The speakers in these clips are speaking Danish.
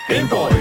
Gameboys.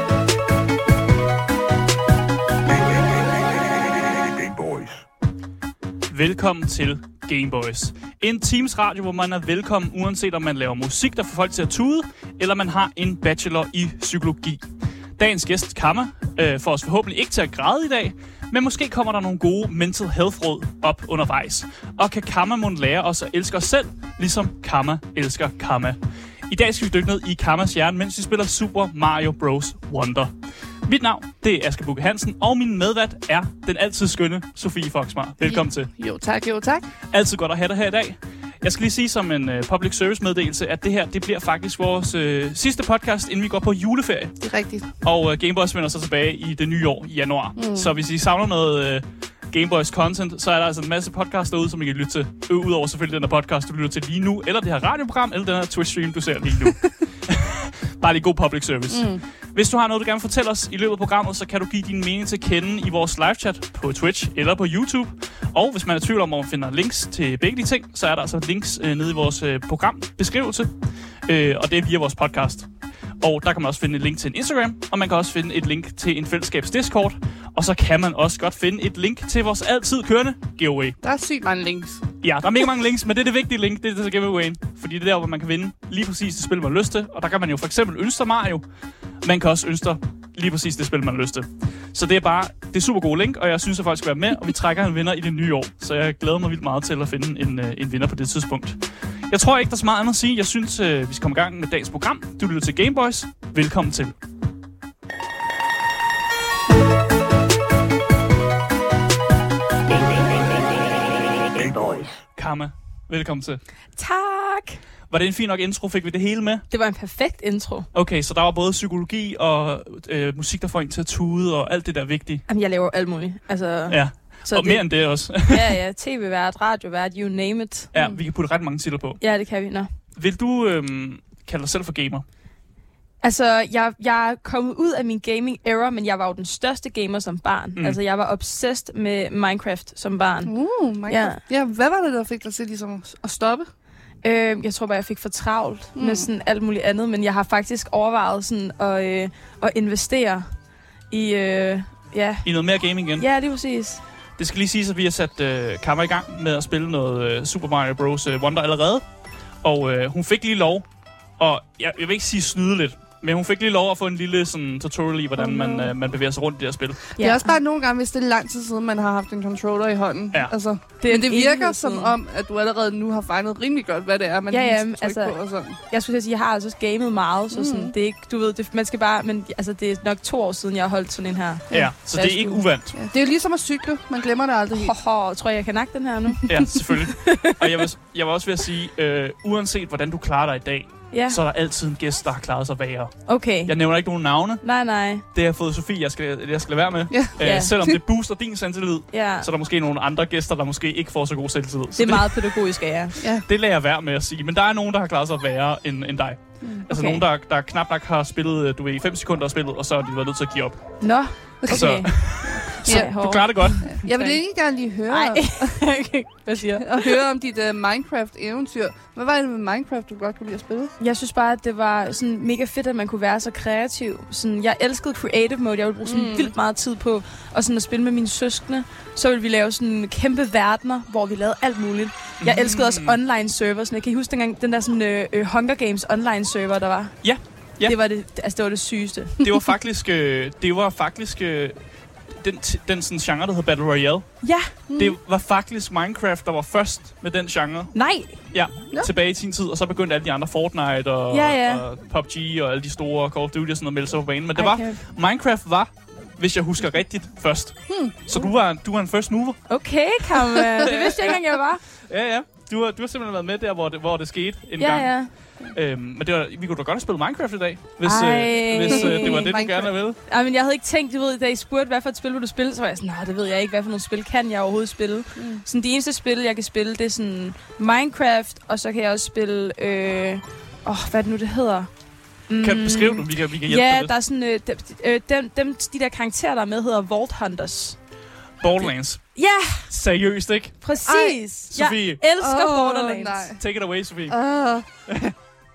Velkommen til Gameboys. En Teams radio, hvor man er velkommen, uanset om man laver musik, der får folk til at tude, eller man har en bachelor i psykologi. Dagens gæst, Kamma, får os forhåbentlig ikke til at græde i dag, men måske kommer der nogle gode mental health-råd op undervejs. Og kan Kamma mon lære os at elske os selv, ligesom Kamma elsker Kamma. I dag skal vi dykke ned i Kammas hjerne, mens vi spiller Super Mario Bros. Wonder. Mit navn, det er Asger Bukke Hansen, og min medvært er den altid skønne Sofie Foxmar. Velkommen til. Jo tak. Altid godt at have dig her i dag. Jeg skal lige sige som en public service meddelelse, at det her det bliver faktisk vores sidste podcast, inden vi går på juleferie. Det er rigtigt. Og Gameboys vender så tilbage i det nye år i januar. Så hvis I savner noget Gameboys content, så er der altså en masse podcasts derude, som I kan lytte til. Udover selvfølgelig den her podcast, du lytter til lige nu, eller det her radioprogram, eller den her Twitch-stream, du ser lige nu. Bare lige god public service. Hvis du har noget, du gerne vil fortælle os i løbet af programmet, så kan du give din mening til kende i vores live-chat på Twitch eller på YouTube. Og hvis man er i tvivl om, hvor man finder links til begge de ting, så er der altså links nede i vores programbeskrivelse. Og det er via vores podcast. Og der kan man også finde et link til en Instagram, og man kan også finde et link til en fællesskabs Discord. Og så kan man også godt finde et link til vores altid kørende giveaway. Der er sygt mange links. Ja, der er mega mange links, men det er det vigtige link, det er det til giveawayen. Fordi det er der, hvor man kan vinde lige præcis det spil, man har lyst til. Og der kan man jo for eksempel ønske sig Mario. Man kan også ønske lige præcis det spil, man har lyst til. Så det er super god link, og jeg synes, at folk skal være med, og vi trækker en vinder i det nye år. Så jeg glæder mig vildt meget til at finde en vinder på det tidspunkt. Jeg tror ikke, der er så meget andet at sige. Jeg synes, vi skal komme i gang med dagens program. Du lytter til Gameboys. Velkommen til. Kamma, velkommen til. Tak! Var det en fin nok intro? Fik vi det hele med? Det var en perfekt intro. Okay, så der var både psykologi og musik, der får en til at tude og alt det der vigtige. Jamen, jeg laver alt muligt. Altså, ja, så og mere end det også. ja, tv-vært, radiovært, you name it. Ja, vi kan putte ret mange titler på. Ja, det kan vi. Nå. Vil du kalde dig selv for gamer? Altså, jeg er kommet ud af min gaming-era, men jeg var jo den største gamer som barn. Altså, jeg var obsessed med Minecraft som barn. Minecraft. Ja, hvad var det, der fik dig til ligesom at stoppe? Jeg tror bare, jeg fik for travlt med sådan alt muligt andet, men jeg har faktisk overvejet sådan at investere i, I noget mere gaming igen? Ja, lige præcis. Det skal lige siges, at vi har sat Kamma i gang med at spille noget Super Mario Bros. Wonder allerede. Og hun fik lige lov, og jeg vil ikke sige snyde lidt, men hun fik lige lov at få en lille sådan, tutorial i, hvordan man bevæger sig rundt i det her spil. Det er også bare nogle gange, hvis det er lang tid siden, man har haft en controller i hånden. Ja. Altså, men det virker som om, at du allerede nu har fanget rimelig godt, hvad det er, man skal trykke på og sådan. Jeg skulle sige, at jeg har altså gamet meget, så sådan, det er ikke, du ved, det, man skal bare, men altså, det er nok 2 år siden, jeg har holdt sådan en her. Ja, så det er ikke uvandt. Ja. Det er jo ligesom at cykle, man glemmer det aldrig helt. Tror jeg kan nakke den her nu? Ja, selvfølgelig. Og jeg var også ved at sige, uanset hvordan du klarer dig i dag, så er der altid en gæst, der har klaret sig værre. Okay. Jeg nævner ikke nogen navne. Nej. Det har jeg fået Sofie, jeg skal lade være med. Selvom det booster din selvtillid, så er der måske nogle andre gæster, der måske ikke får så god selvtillid. Det er meget pædagogisk af jer. Ja. Det lader jeg være med at sige. Men der er nogen, der har klaret sig værre end dig. Altså nogen, der knap nok har spillet, i 5 sekunder spillet, og så har de været nødt til at give op. Nå, okay. Så du klarer det godt. Jeg vil ikke gerne lige høre. Hvad siger jeg? At høre om dit Minecraft-eventyr. Hvad var det med Minecraft, du godt kunne lide at spille? Jeg synes bare, at det var sådan mega fedt, at man kunne være så kreativ. Sådan, jeg elskede creative mode. Jeg ville bruge sådan vildt meget tid på og sådan at spille med mine søskende. Så ville vi lave sådan kæmpe verdener, hvor vi lavede alt muligt. Jeg elskede også online servers. Jeg kan huske dengang den der sådan Hunger Games online server, der var. Ja. Det var det sygeste. Det var faktisk den sådan genre, der hedder Battle Royale. Ja. Det var faktisk Minecraft, der var først med den genre. Nej. Ja, tilbage i sin tid, og så begyndte alle de andre Fortnite og PUBG og alle de store Call of Duty og sådan noget melde sig på banen. Men Minecraft var, hvis jeg husker rigtigt, først. Så du var en first mover. Okay, Kamma. Det vidste jeg ikke engang, jeg var. Ja. Du har simpelthen været med der, hvor det skete en gang. Ja. Men vi kunne da godt have spillet Minecraft i dag, hvis det var det, du gerne ville. Ej, men jeg havde ikke tænkt, da I spurgte, hvad for et spil vil du spille, så var jeg sådan, nej, det ved jeg ikke, hvad for nogle spil kan jeg overhovedet spille. Sådan, de eneste spil, jeg kan spille, det er sådan Minecraft, og så kan jeg også spille, hvad er det nu, det hedder? Kan du beskrive dem? Vi kan hjælpe dig lidt. Der er sådan, de der karakterer, der er med, hedder Vault Hunters. Borderlands. Ja! Seriøst, ikke? Præcis. Sofie. Jeg elsker Borderlands. Nej. Take it away, Sofie.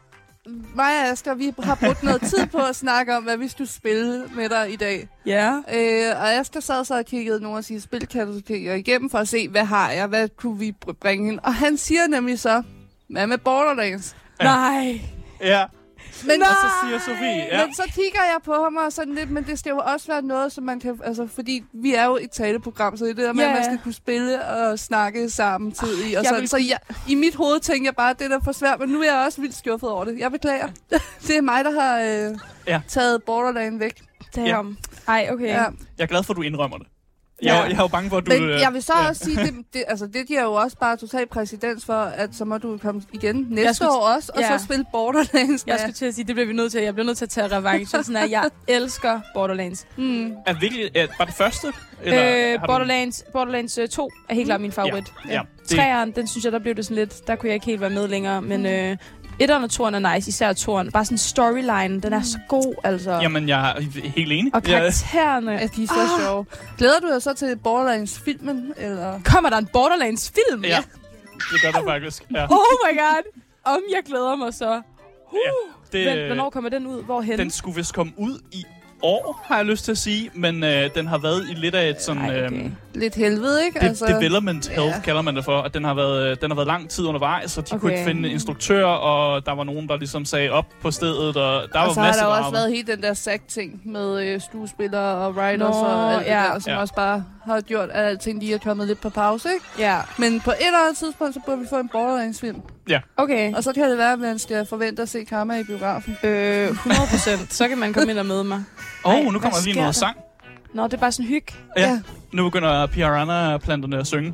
mig og Asger, vi har brugt noget tid på at snakke om, hvad vi skulle spille med dig i dag. Ja. Og Asger sad så og kiggede nogle af sine spilkategorier igennem for at se, hvad har jeg, hvad kunne vi bringe ind. Og han siger nemlig så, hvad med Borderlands? Ja. Nej. Ja. Men, og så siger Sofie, ja. Men så kigger jeg på ham og sådan lidt, men det skal jo også være noget, som man kan, altså fordi vi er jo et taleprogram, så det er det der med, at man skal kunne spille og snakke samtidig. Og sådan. Så i mit hoved tænker jeg bare, at det er for svært, men nu er jeg også vildt skuffet over det. Jeg beklager. Det er mig, der har taget Borderlands væk. Ja. Ej, okay. Ja. Jeg er glad for, at du indrømmer det. Jeg er jo bange for, at du... Men jeg vil så også sige, det giver jo også bare total præcedens for, at så må du komme igen næste år også, og så spille Borderlands. Jeg skulle til at sige, det bliver vi nødt til. Jeg bliver nødt til at tage revanche. Sådan at jeg elsker Borderlands. Er virkelig bare det første? Eller Borderlands 2 er helt klart min favorit. Ja. 3'eren, den synes jeg, der blev det sådan lidt... Der kunne jeg ikke helt være med længere, men... 1'eren og 2'eren er nice, især 2'eren. Bare sådan storyline, den er så god, altså. Jamen, jeg er helt enig. Og karaktererne. Ja, de er så sjove. Glæder du dig så til Borderlands-filmen, eller? Kommer der en Borderlands-film? Ja, det gør der faktisk. Ja. Oh my god! Om jeg glæder mig så. Hvornår kommer den ud? Hvorhen? Den skulle vist komme ud i år, har jeg lyst til at sige, men den har været i lidt af et sådan... lidt helvede, ikke? Development health kalder man det for, at den har været lang tid undervejs, så de kunne ikke finde instruktør, og der var nogen, der ligesom sagde op på stedet, og der var så masser har der også været hele den der SAG-ting med skuespillere og writers og alt det der, som også bare har gjort, at alting lige er kommet lidt på pause, ikke? Ja. Men på et eller andet tidspunkt, så burde vi få en Borderlands-film. Ja. Okay. Og så kan det være, at man skal forvente at se Karma i biografen. 100%. Så kan man komme ind og møde mig. Nu kommer lige noget sang. Nå, det er bare sådan hygge. Ja. Nu begynder Piranha-planterne at synge.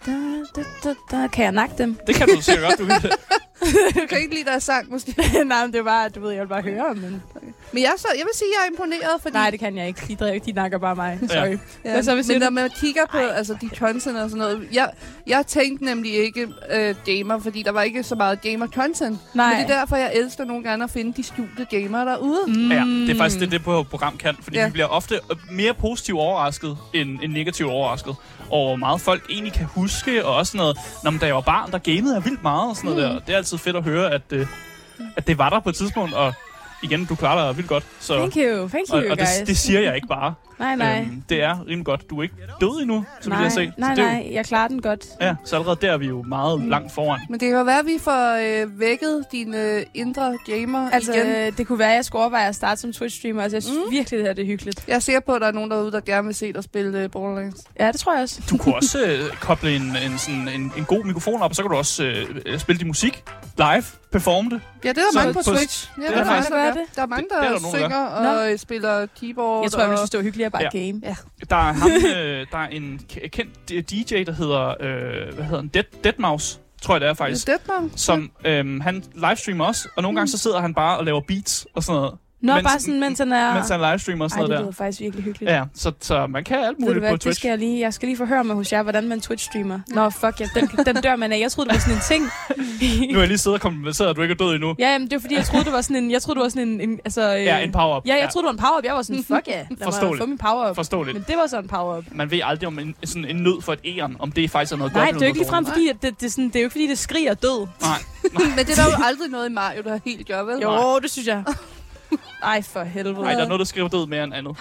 Kan jeg nakke dem? Det kan du sikkert godt, du kan det. Du kan ikke lide deres sang, måske? Nej, men det er bare, du ved, jeg vil bare høre. Men jeg vil sige, at jeg er imponeret, fordi... Nej, det kan jeg ikke. De nakker bare mig. Sorry. Ja. Men når man kigger på de content og sådan noget... Jeg tænkte nemlig ikke gamer, fordi der var ikke så meget gamer-content. Nej. Men det er derfor, jeg elsker nogle gange at finde de skjulte gamere derude. Ja, det er faktisk det på program kan. Fordi vi bliver ofte mere positivt overrasket end negativt overrasket over hvor meget folk egentlig kan huske, og også noget, når da jeg var barn, der gamede jeg vildt meget og sådan noget der. Det er altid fedt at høre, at det var der på et tidspunkt, og igen, du klarer dig vildt godt. Så, thank you og guys. Det siger jeg ikke bare. Nej. Det er rimelig godt. Du er ikke død endnu, som vi har set. Nej, jeg klarer den godt. Ja, så allerede der er vi jo meget langt foran. Men det kan jo være, at vi får vækket dine indre gamer igen. Det kunne være, at jeg skulle overveje at starte som Twitch-streamer. Altså, jeg synes virkelig, det her det er hyggeligt. Jeg er sikker på, at der er nogen derude, der gerne vil se dig spille Borderlands. Ja, det tror jeg også. Du kunne også koble en god mikrofon op, og så kan du også spille din musik live, performe det. Ja, det er der mange på Twitch. Ja, det er faktisk der er mange, der synger og spiller keyboard. Jeg tror, jeg vil synes, det var hyggeligt at bare game. Ja. Der er en kendt DJ, der hedder Deadmau5, tror jeg det er faktisk. Som han livestreamer også, og nogle gange så sidder han bare og laver beats og sådan noget. Bare sådan, mens han livestreamer og sådan noget der. Det lyder faktisk virkelig hyggeligt. Ja, så man kan alt muligt på Twitch. Jeg skal lige forhøre mig hos jer, hvordan man Twitch-streamer. Nå, fuck ja, den dør man af. Jeg troede, det var sådan en ting. Nu er jeg lige siddet og komplementeret, at du ikke er død endnu. Ja, men det var fordi, jeg troede, det var sådan en en power-up. Ja, jeg troede, det var en power-up. Jeg var sådan, fuck ja, lad mig få min power-up. Forståeligt. Men det var sådan en power-up. Man ved aldrig, om sådan en nød for et æren, om det faktisk er noget godt. Nej, det er jo ikke ligefrem, fordi det er jo ikke fordi, det skriger død. Nej. Men det er der jo aldrig noget i Mario, der helt gør, vel? Jo, det synes jeg. Ej, for helvede. Nej, der er noget, der skriver død mere end andet.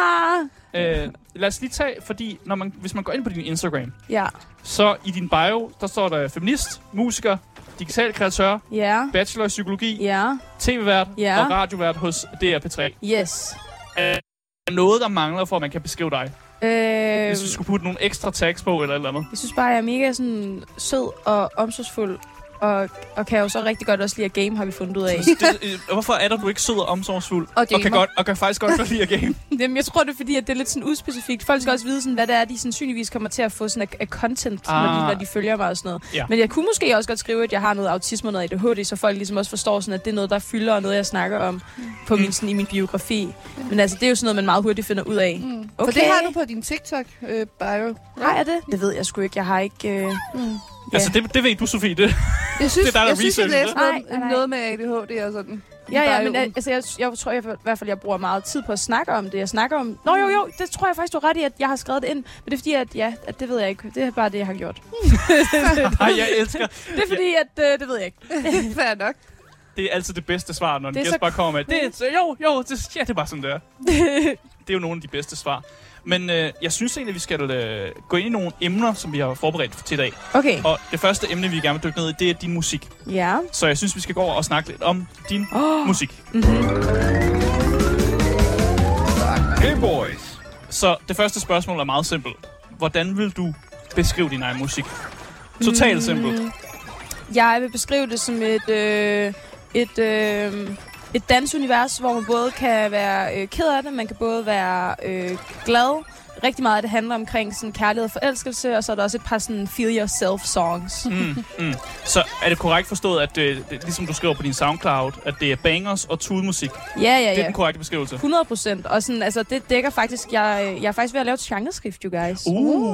Lad os lige tage, fordi hvis man går ind på din Instagram, så i din bio, der står der feminist, musiker, digital kreatør, bachelor i psykologi, tv-vært og radiovært hos DR P3. Yes. Noget, der mangler, for at man kan beskrive dig? Hvis du skulle putte nogle ekstra tags på, eller et eller andet. Jeg synes bare, jeg er mega sådan sød og omsorgsfuld. Og kan jo så rigtig godt også lide at game, har vi fundet ud af. Hvorfor er du ikke sød og omsorgsfuld? Og kan faktisk godt lide at game? Jamen, jeg tror, det er fordi, at det er lidt sådan uspecifikt. Folk skal også vide, sådan, hvad det er, de sandsynligvis kommer til at få sådan af content, når de følger mig og sådan noget. Ja. Men jeg kunne måske også godt skrive, at jeg har noget autisme og noget ADHD, så folk ligesom også forstår, sådan, at det er noget, der fylder, og noget, jeg snakker om på i min biografi. Men altså, det er jo sådan noget, man meget hurtigt finder ud af. Okay. For det har du på din TikTok-bio. Har jeg det? Det ved jeg sgu ikke. Jeg har ikke... Altså, det ved du, Sofie. Jeg synes, det er jeg læste noget med ADHD og sådan. Ja, men altså, jeg tror i hvert fald, jeg bruger meget tid på at snakke om det. Jeg snakker om... Jo, det tror jeg faktisk, du er ret i, at jeg har skrevet det ind. Men det er fordi, at det ved jeg ikke. Det er bare det, jeg har gjort. Nej, jeg elsker... Det er fordi, at det ved jeg ikke. Fair nok. Det er altid det bedste svar, når en gæst bare kommer med, det er bare sådan, der. Det er jo nogle af de bedste svar. Men jeg synes egentlig, vi skal gå ind i nogle emner, som vi har forberedt til i dag. Okay. Og det første emne, vi gerne vil dykke ned i, det er din musik. Ja. Så jeg synes, vi skal gå over og snakke lidt om din musik. Hey boys! Så det første spørgsmål er meget simpelt. Hvordan vil du beskrive din egen musik? Totalt simpelt. Jeg vil beskrive det som et dansunivers, hvor man både kan være ked af det, man kan både være glad. Rigtig meget af det handler omkring sådan kærlighed og forelskelse, og så er der også et par sådan feel yourself songs. Så er det korrekt forstået, at det, ligesom du skriver på din SoundCloud, at det er bangers og tudemusik? Ja. Det er den korrekte beskrivelse? 100%. Og sådan, altså, det dækker faktisk... Jeg er faktisk ved at lave et genreskift, you guys.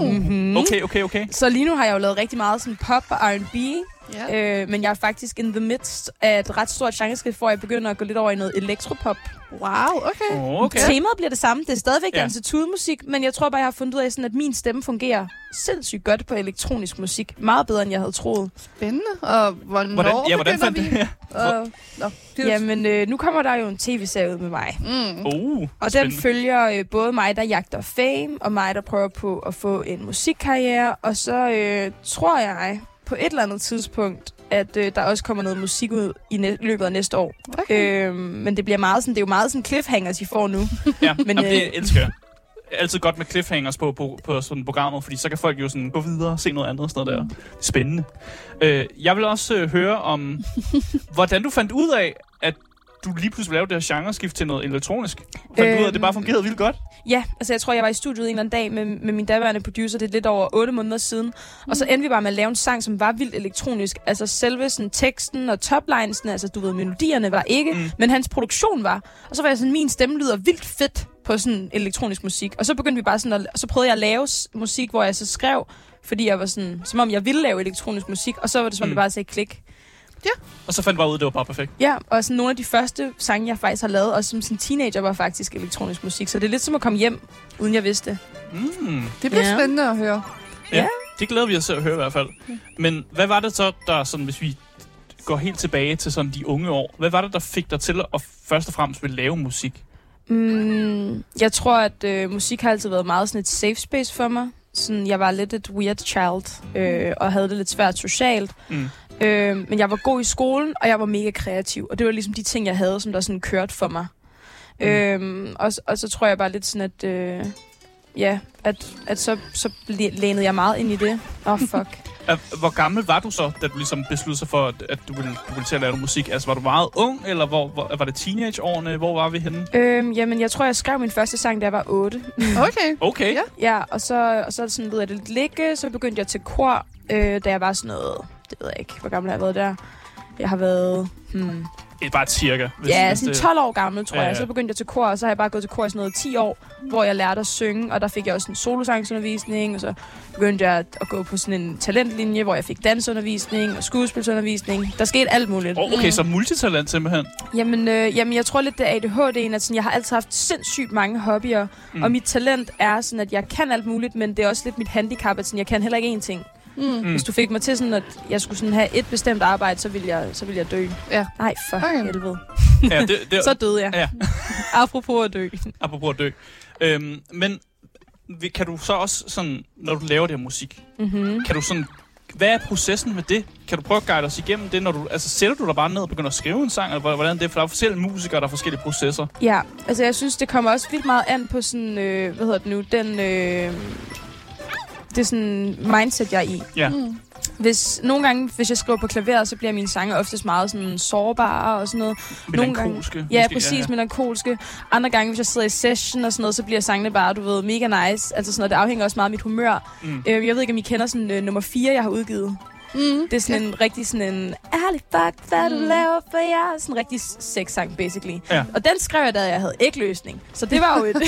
Okay. Så lige nu har jeg jo lavet rigtig meget sådan pop og R&B. Yeah. Men jeg er faktisk in the midst af et ret stort genreskift, hvor jeg begynder at gå lidt over i noget elektropop. Wow, okay. Temaet bliver det samme. Det er stadigvæk dansitudemusik, men jeg tror bare, jeg har fundet ud af, sådan, at min stemme fungerer sindssygt godt på elektronisk musik. Meget bedre, end jeg havde troet. Spændende. Og hvordan fandt det? Jamen, nu kommer der jo en tv-serie ud med mig. Og spændende. den følger både mig, der jagter fame, og mig, der prøver på at få en musikkarriere. Og så tror jeg på et eller andet tidspunkt, at der også kommer noget musik ud i løbet af næste år. Okay. Men det bliver meget sådan, det er jo meget sådan cliffhangers, I får nu. Ja, men det elsker jeg. Altid godt med cliffhangers på sådan programmer, fordi så kan folk jo sådan gå videre og se noget andet sted der. Spændende. Jeg vil også høre om, hvordan du fandt ud af, at du lige pludselig lavede det her genreskift til noget elektronisk. Fandt du ud af, at det bare fungerede vildt godt? Ja, altså jeg tror, jeg var i studiet en eller anden dag med min daværende producer, det er lidt over 8 måneder siden. Og så endte vi bare med at lave en sang, som var vildt elektronisk. Altså selve sådan, teksten og toplinesene, altså du ved, melodierne var ikke, men hans produktion var. Og så var jeg sådan, min stemme lyder vildt fedt på sådan elektronisk musik. Og så begyndte vi bare sådan, så prøvede jeg at lave musik, hvor jeg så skrev, fordi jeg var sådan, som om jeg ville lave elektronisk musik, og så var det som om det bare sagde klik. Ja. Og så fandt jeg bare ud, det var bare perfekt. Ja, og sådan nogle af de første sange, jeg faktisk har lavet, også som sådan teenager, var faktisk elektronisk musik. Så det er lidt som at komme hjem, uden jeg vidste. Det bliver spændende at høre. Ja, det glæder vi os til at høre i hvert fald. Men hvad var det så, der sådan, hvis vi går helt tilbage til sådan de unge år, hvad var det, der fik dig til at først og fremmest ville lave musik? Jeg tror, at musik har altid været meget sådan et safe space for mig. Sådan, jeg var lidt et weird child, og havde det lidt svært socialt. Men jeg var god i skolen, og jeg var mega kreativ. Og det var ligesom de ting, jeg havde, som der sådan kørte for mig. Og så tror jeg bare lidt sådan, at så lænede jeg meget ind i det. Fuck. Hvor gammel var du så, da du ligesom besluttede sig for, at du ville til at lave noget musik? Altså, var du meget ung, eller var det teenageårene? Hvor var vi henne? Jamen, jeg tror, jeg skrev min første sang, da jeg var 8. Okay. Ja, og så sådan lød jeg det lidt ligge. Så begyndte jeg til kor, da jeg var sådan noget... Det ved jeg ikke, hvor gammel jeg har været der. Jeg har været... Bare cirka. Ja, sådan 12 år gammel, tror jeg. Så begyndte jeg til kor, og så har jeg bare gået til kor i sådan noget 10 år, hvor jeg lærte at synge, og der fik jeg også en solosangsundervisning, og så begyndte jeg at gå på sådan en talentlinje, hvor jeg fik dansundervisning og skuespilsundervisning. Der skete alt muligt. Okay, så multitalent simpelthen? Jamen, jeg tror lidt, det er ADHD'en, at sådan, jeg har altid haft sindssygt mange hobbyer, og mit talent er sådan, at jeg kan alt muligt, men det er også lidt mit handicap, at sådan, jeg kan heller ikke én ting. Hvis du fik mig til sådan, at jeg skulle sådan have et bestemt arbejde, så ville jeg dø. Ja. Nej, for helvede. Ja, så døde jeg. Ja. Apropos at dø. Men kan du så også sådan, når du laver det her musik, kan du sådan, hvad er processen med det? Kan du prøve at guide os igennem det, når du, altså sætter du dig bare ned og begynder at skrive en sang, eller hvordan det er? For der er forskellige musikere, der er forskellige processer. Ja, altså jeg synes, det kommer også vildt meget an på sådan, det er sådan mindset, jeg er i. Ja. Nogle gange, hvis jeg skriver på klaveret, så bliver mine sange oftest meget sådan sårbare og sådan noget. Melankolske. Ja, præcis, melankolske. Andre gange, hvis jeg sidder i session og sådan noget, så bliver sangene bare, du ved, mega nice. Altså sådan noget, det afhænger også meget af mit humør. Jeg ved ikke, om I kender sådan nummer 4, jeg har udgivet. Det er sådan en rigtig sådan en ærlig fuck, hvad du laver for jer. Sådan en rigtig sexsang, basically. Ja. Og den skrev jeg, da jeg havde ægløsning. Så det var jo et...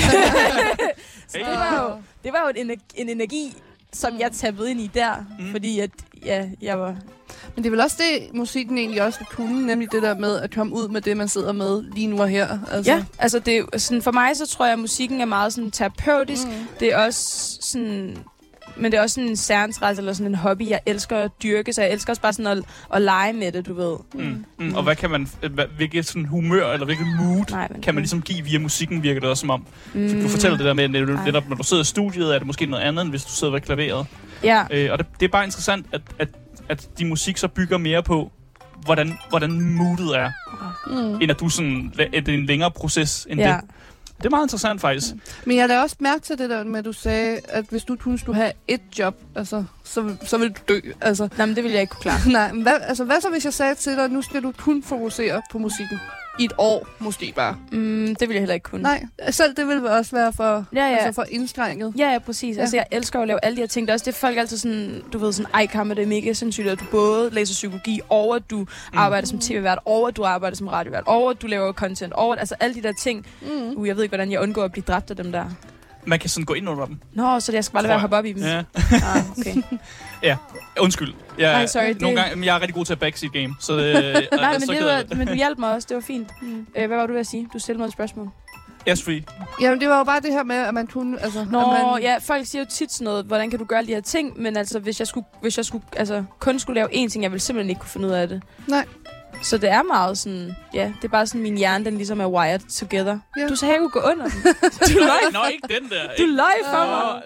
det var jo en energi, som jeg tappede ind i der, fordi at, jeg var... Men det er vel også det, musikken egentlig også vil kunne, nemlig det der med at komme ud med det, man sidder med lige nu og her. Altså. Ja, altså det er sådan, for mig så tror jeg, at musikken er meget sådan terapeutisk. Det er også sådan... men det er også sådan en særinteresse eller sådan en hobby, jeg elsker at dyrke, så jeg elsker også bare sådan at lege med det, du ved. Og hvad kan man, hvilket sådan humør eller hvilket mood kan man ligesom give via musikken, virker det også som om? Du fortæller det der med, netop når du sidder i studiet, er det måske noget andet, end hvis du sidder ved klaveret. Ja. Og det er bare interessant, at din musik så bygger mere på, hvordan moodet er, end at du sådan, at det er en længere proces end det. Det er meget interessant, faktisk. Men jeg lavede også mærke til det der med, at du sagde, at hvis du kun skulle have et job, altså, så ville du dø. Altså. Nej, men det ville jeg ikke kunne klare. Nej, men hvad så, hvis jeg sagde til dig, at nu skal du kun fokusere på musikken? I et år, måske bare. Det vil jeg heller ikke kunne. Nej, selv det vil også være for, altså for indskrænket. Ja, præcis. Ja. Altså, jeg elsker at lave alle de her ting. Det er også det, folk altid sådan, du ved, sådan, ej, Kamma, det er mega sindssygt, at du både læser psykologi, og at du arbejder som tv-vært, og at du arbejder som radiovært, og at du laver content, og altså alle de der ting. Jeg ved ikke, hvordan jeg undgår at blive dræbt af dem der. Man kan sådan gå ind under dem. Nå, så jeg skal bare lade være at hoppe op i dem. Ja. Okay. Ja, undskyld. Sorry, nogle gange, jeg er rigtig god til at backseat game, så men du hjalp mig også, det var fint. Hvad var du ved at sige? Du stillede mig et spørgsmål. Yes, free. Jamen, det var jo bare det her med, at man kunne... Altså, ja, folk siger jo tit sådan noget, hvordan kan du gøre de her ting, men altså, hvis jeg skulle kun skulle lave én ting, jeg ville simpelthen ikke kunne finde ud af det. Nej. Så det er meget sådan, ja, det er bare sådan, min hjerne, den ligesom er wired together. Ja. Du sagde, jeg kunne gå under den. Du løg. Nå, ikke den der. Du løg for mig.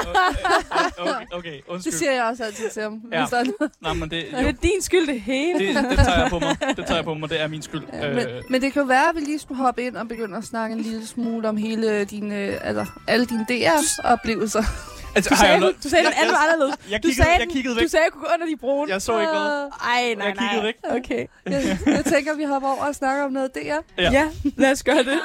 Okay, undskyld. Det siger jeg også altid til ham. Ja. Nej, men det er din skyld, det hele. Det tager jeg på mig. Det er min skyld. Ja, men det kan jo være, at vi lige skulle hoppe ind og begynde at snakke en lille smule om hele dine, alle dine DR-oplevelser. Altså, du sagde den anden var anderledes. Jeg kiggede væk. Du sagde, jeg kunne gå under de brune. Jeg så ikke noget. Nej. Jeg kiggede væk. Okay. Jeg tænker, vi hopper over og snakker om noget DR. Ja, lad os gøre det.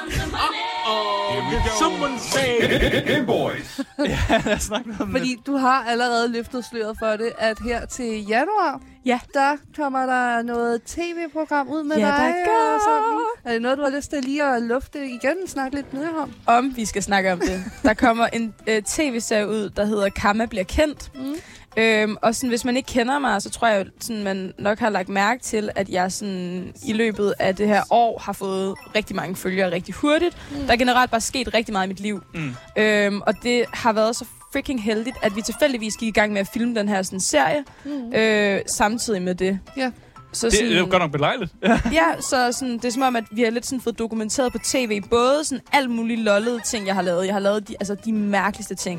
Someone say Game Boys. Ja, lad os snakke om det. Fordi du har allerede løftet sløret for det, at her til januar, der kommer der noget tv-program ud med dig. Og sådan. Er det noget, du har lyst til lige at lufte igen og snakke lidt mere om? Om vi skal snakke om det. Der kommer en tv-serie ud, der hedder Kamma bliver kendt. Og sådan, hvis man ikke kender mig, så tror jeg, sådan, man nok har lagt mærke til, at jeg sådan, i løbet af det her år har fået rigtig mange følgere rigtig hurtigt. Der er generelt bare sket rigtig meget i mit liv. Og det har været så freaking heldigt, at vi tilfældigvis gik i gang med at filme den her sådan, serie, samtidig med det. Ja. Så det er jo godt nok belejligt. Ja, så sådan, det er som om, at vi har lidt sådan fået dokumenteret på tv, både sådan alt muligt lollede ting, jeg har lavet. Jeg har lavet de mærkeligste ting.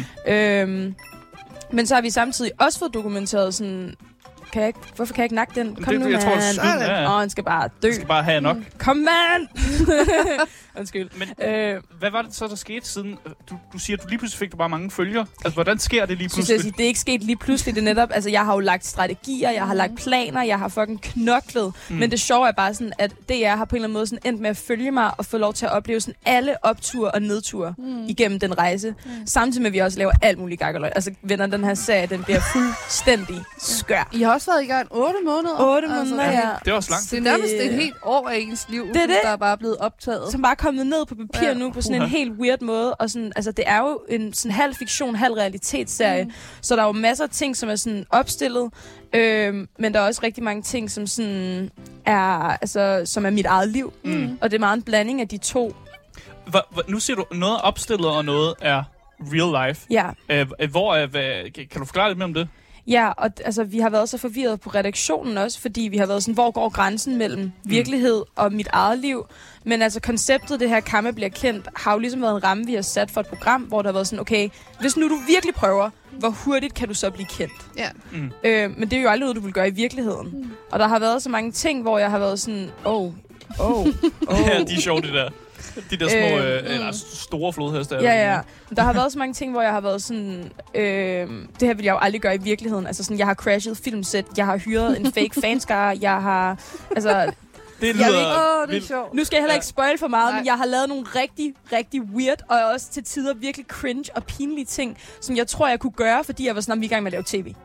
Men så har vi samtidig også fået dokumenteret sådan... Hvorfor kan jeg ikke nakke den? Kom nu, jeg tror, han skal bare dø. Han skal bare have nok. Kom, man! Undskyld. Men hvad var det så, der skete siden... Du siger, at du lige pludselig fik bare mange følgere. Altså, hvordan sker det lige pludselig? Det er ikke sket lige pludselig. Det er netop... Altså, jeg har jo lagt strategier, jeg har lagt planer, jeg har fucking knoklet. Men det sjove er bare sådan, at DR har på en eller anden måde sådan endt med at følge mig og få lov til at opleve sådan alle opture og nedture igennem den rejse. Samtidig med, at vi også laver alt muligt gakkeløg. Altså, venner, den her serie, den bliver fuldstændig skør. I har også været i gang 8 måneder. 8 måneder, ja. Det er også langt. Det er nærmest et helt år af ens liv, der er bare blevet optaget. Som bare er kommet ned på papir nu på sådan en helt weird måde. Og sådan, altså, det er jo en sådan halv fiktion, halv realitetsserie. Så der er jo masser af ting, som er sådan opstillet. Men der er også rigtig mange ting, som sådan som er mit eget liv. Og det er meget en blanding af de to. Nu siger du, noget er opstillet, og noget er real life. Ja. Kan du forklare lidt mere om det? Ja, og altså, vi har været så forvirret på redaktionen også, fordi vi har været sådan, hvor går grænsen mellem virkelighed og mit eget liv? Men altså, konceptet, det her Kamma bliver kendt, har jo ligesom været en ramme, vi har sat for et program, hvor der har været sådan, okay, hvis nu du virkelig prøver, hvor hurtigt kan du så blive kendt? Ja. Men det er jo aldrig noget, du vil gøre i virkeligheden. Og der har været så mange ting, hvor jeg har været sådan, Ja, de er sjove, det der. De der små, eller store flodheste. Ja. Der har været så mange ting, hvor jeg har været sådan... det her vil jeg jo aldrig gøre i virkeligheden. Altså sådan, jeg har crashet filmsæt, jeg har hyret en fake fanskare, jeg har... Altså... Det lyder det er sjovt. Nu skal jeg heller ikke spoil for meget, men jeg har lavet nogle rigtig, rigtig weird, og også til tider virkelig cringe og pinlige ting, som jeg tror, jeg kunne gøre, fordi jeg var sådan, vi er i gang med at lave tv.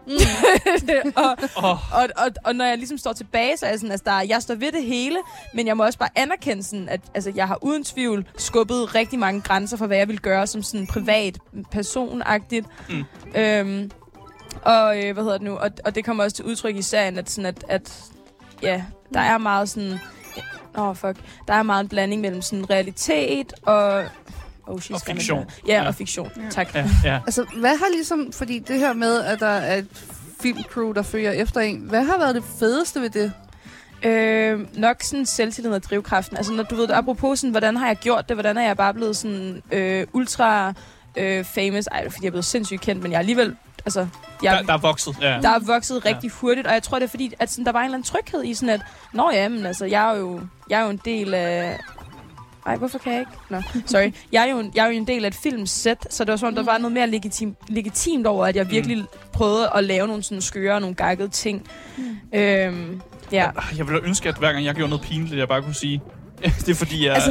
Og når jeg ligesom står tilbage, så er jeg sådan, altså, jeg står ved det hele, men jeg må også bare anerkende sådan, at altså, jeg har uden tvivl skubbet rigtig mange grænser for, hvad jeg vil gøre som sådan privat, personagtigt. Og det kommer også til udtryk i serien, at sådan, at ja, der er meget sådan... der er meget en blanding mellem sådan realitet Og fiktion. Ja, og fiktion. Ja. Tak. Ja. Altså, hvad har ligesom... Fordi det her med, at der er et filmcrew, der følger efter en. Hvad har været det fedeste ved det? Nok sådan selvtillid og drivkraften. Altså, når du ved, apropos sådan, hvordan har jeg gjort det? Hvordan er jeg bare blevet sådan ultra famous? Ej, fordi jeg er blevet sindssygt kendt, men jeg er alligevel... Altså, der er vokset. Ja. Der er vokset rigtig hurtigt, og jeg tror, det er fordi, at sådan, der var en eller anden tryghed i sådan, at nå ja, men altså, jeg er jo en del af... Ej, hvorfor kan jeg ikke? Nå, sorry. Jeg er jo en del af et filmsæt, så det var sådan, der var noget mere legitimt over, at jeg virkelig prøvede at lave nogle sådan skøre og nogle gakkede ting. Ja. Jeg ville ønske, at hver gang jeg gjorde noget pinligt, jeg bare kunne sige... Det er fordi, jeg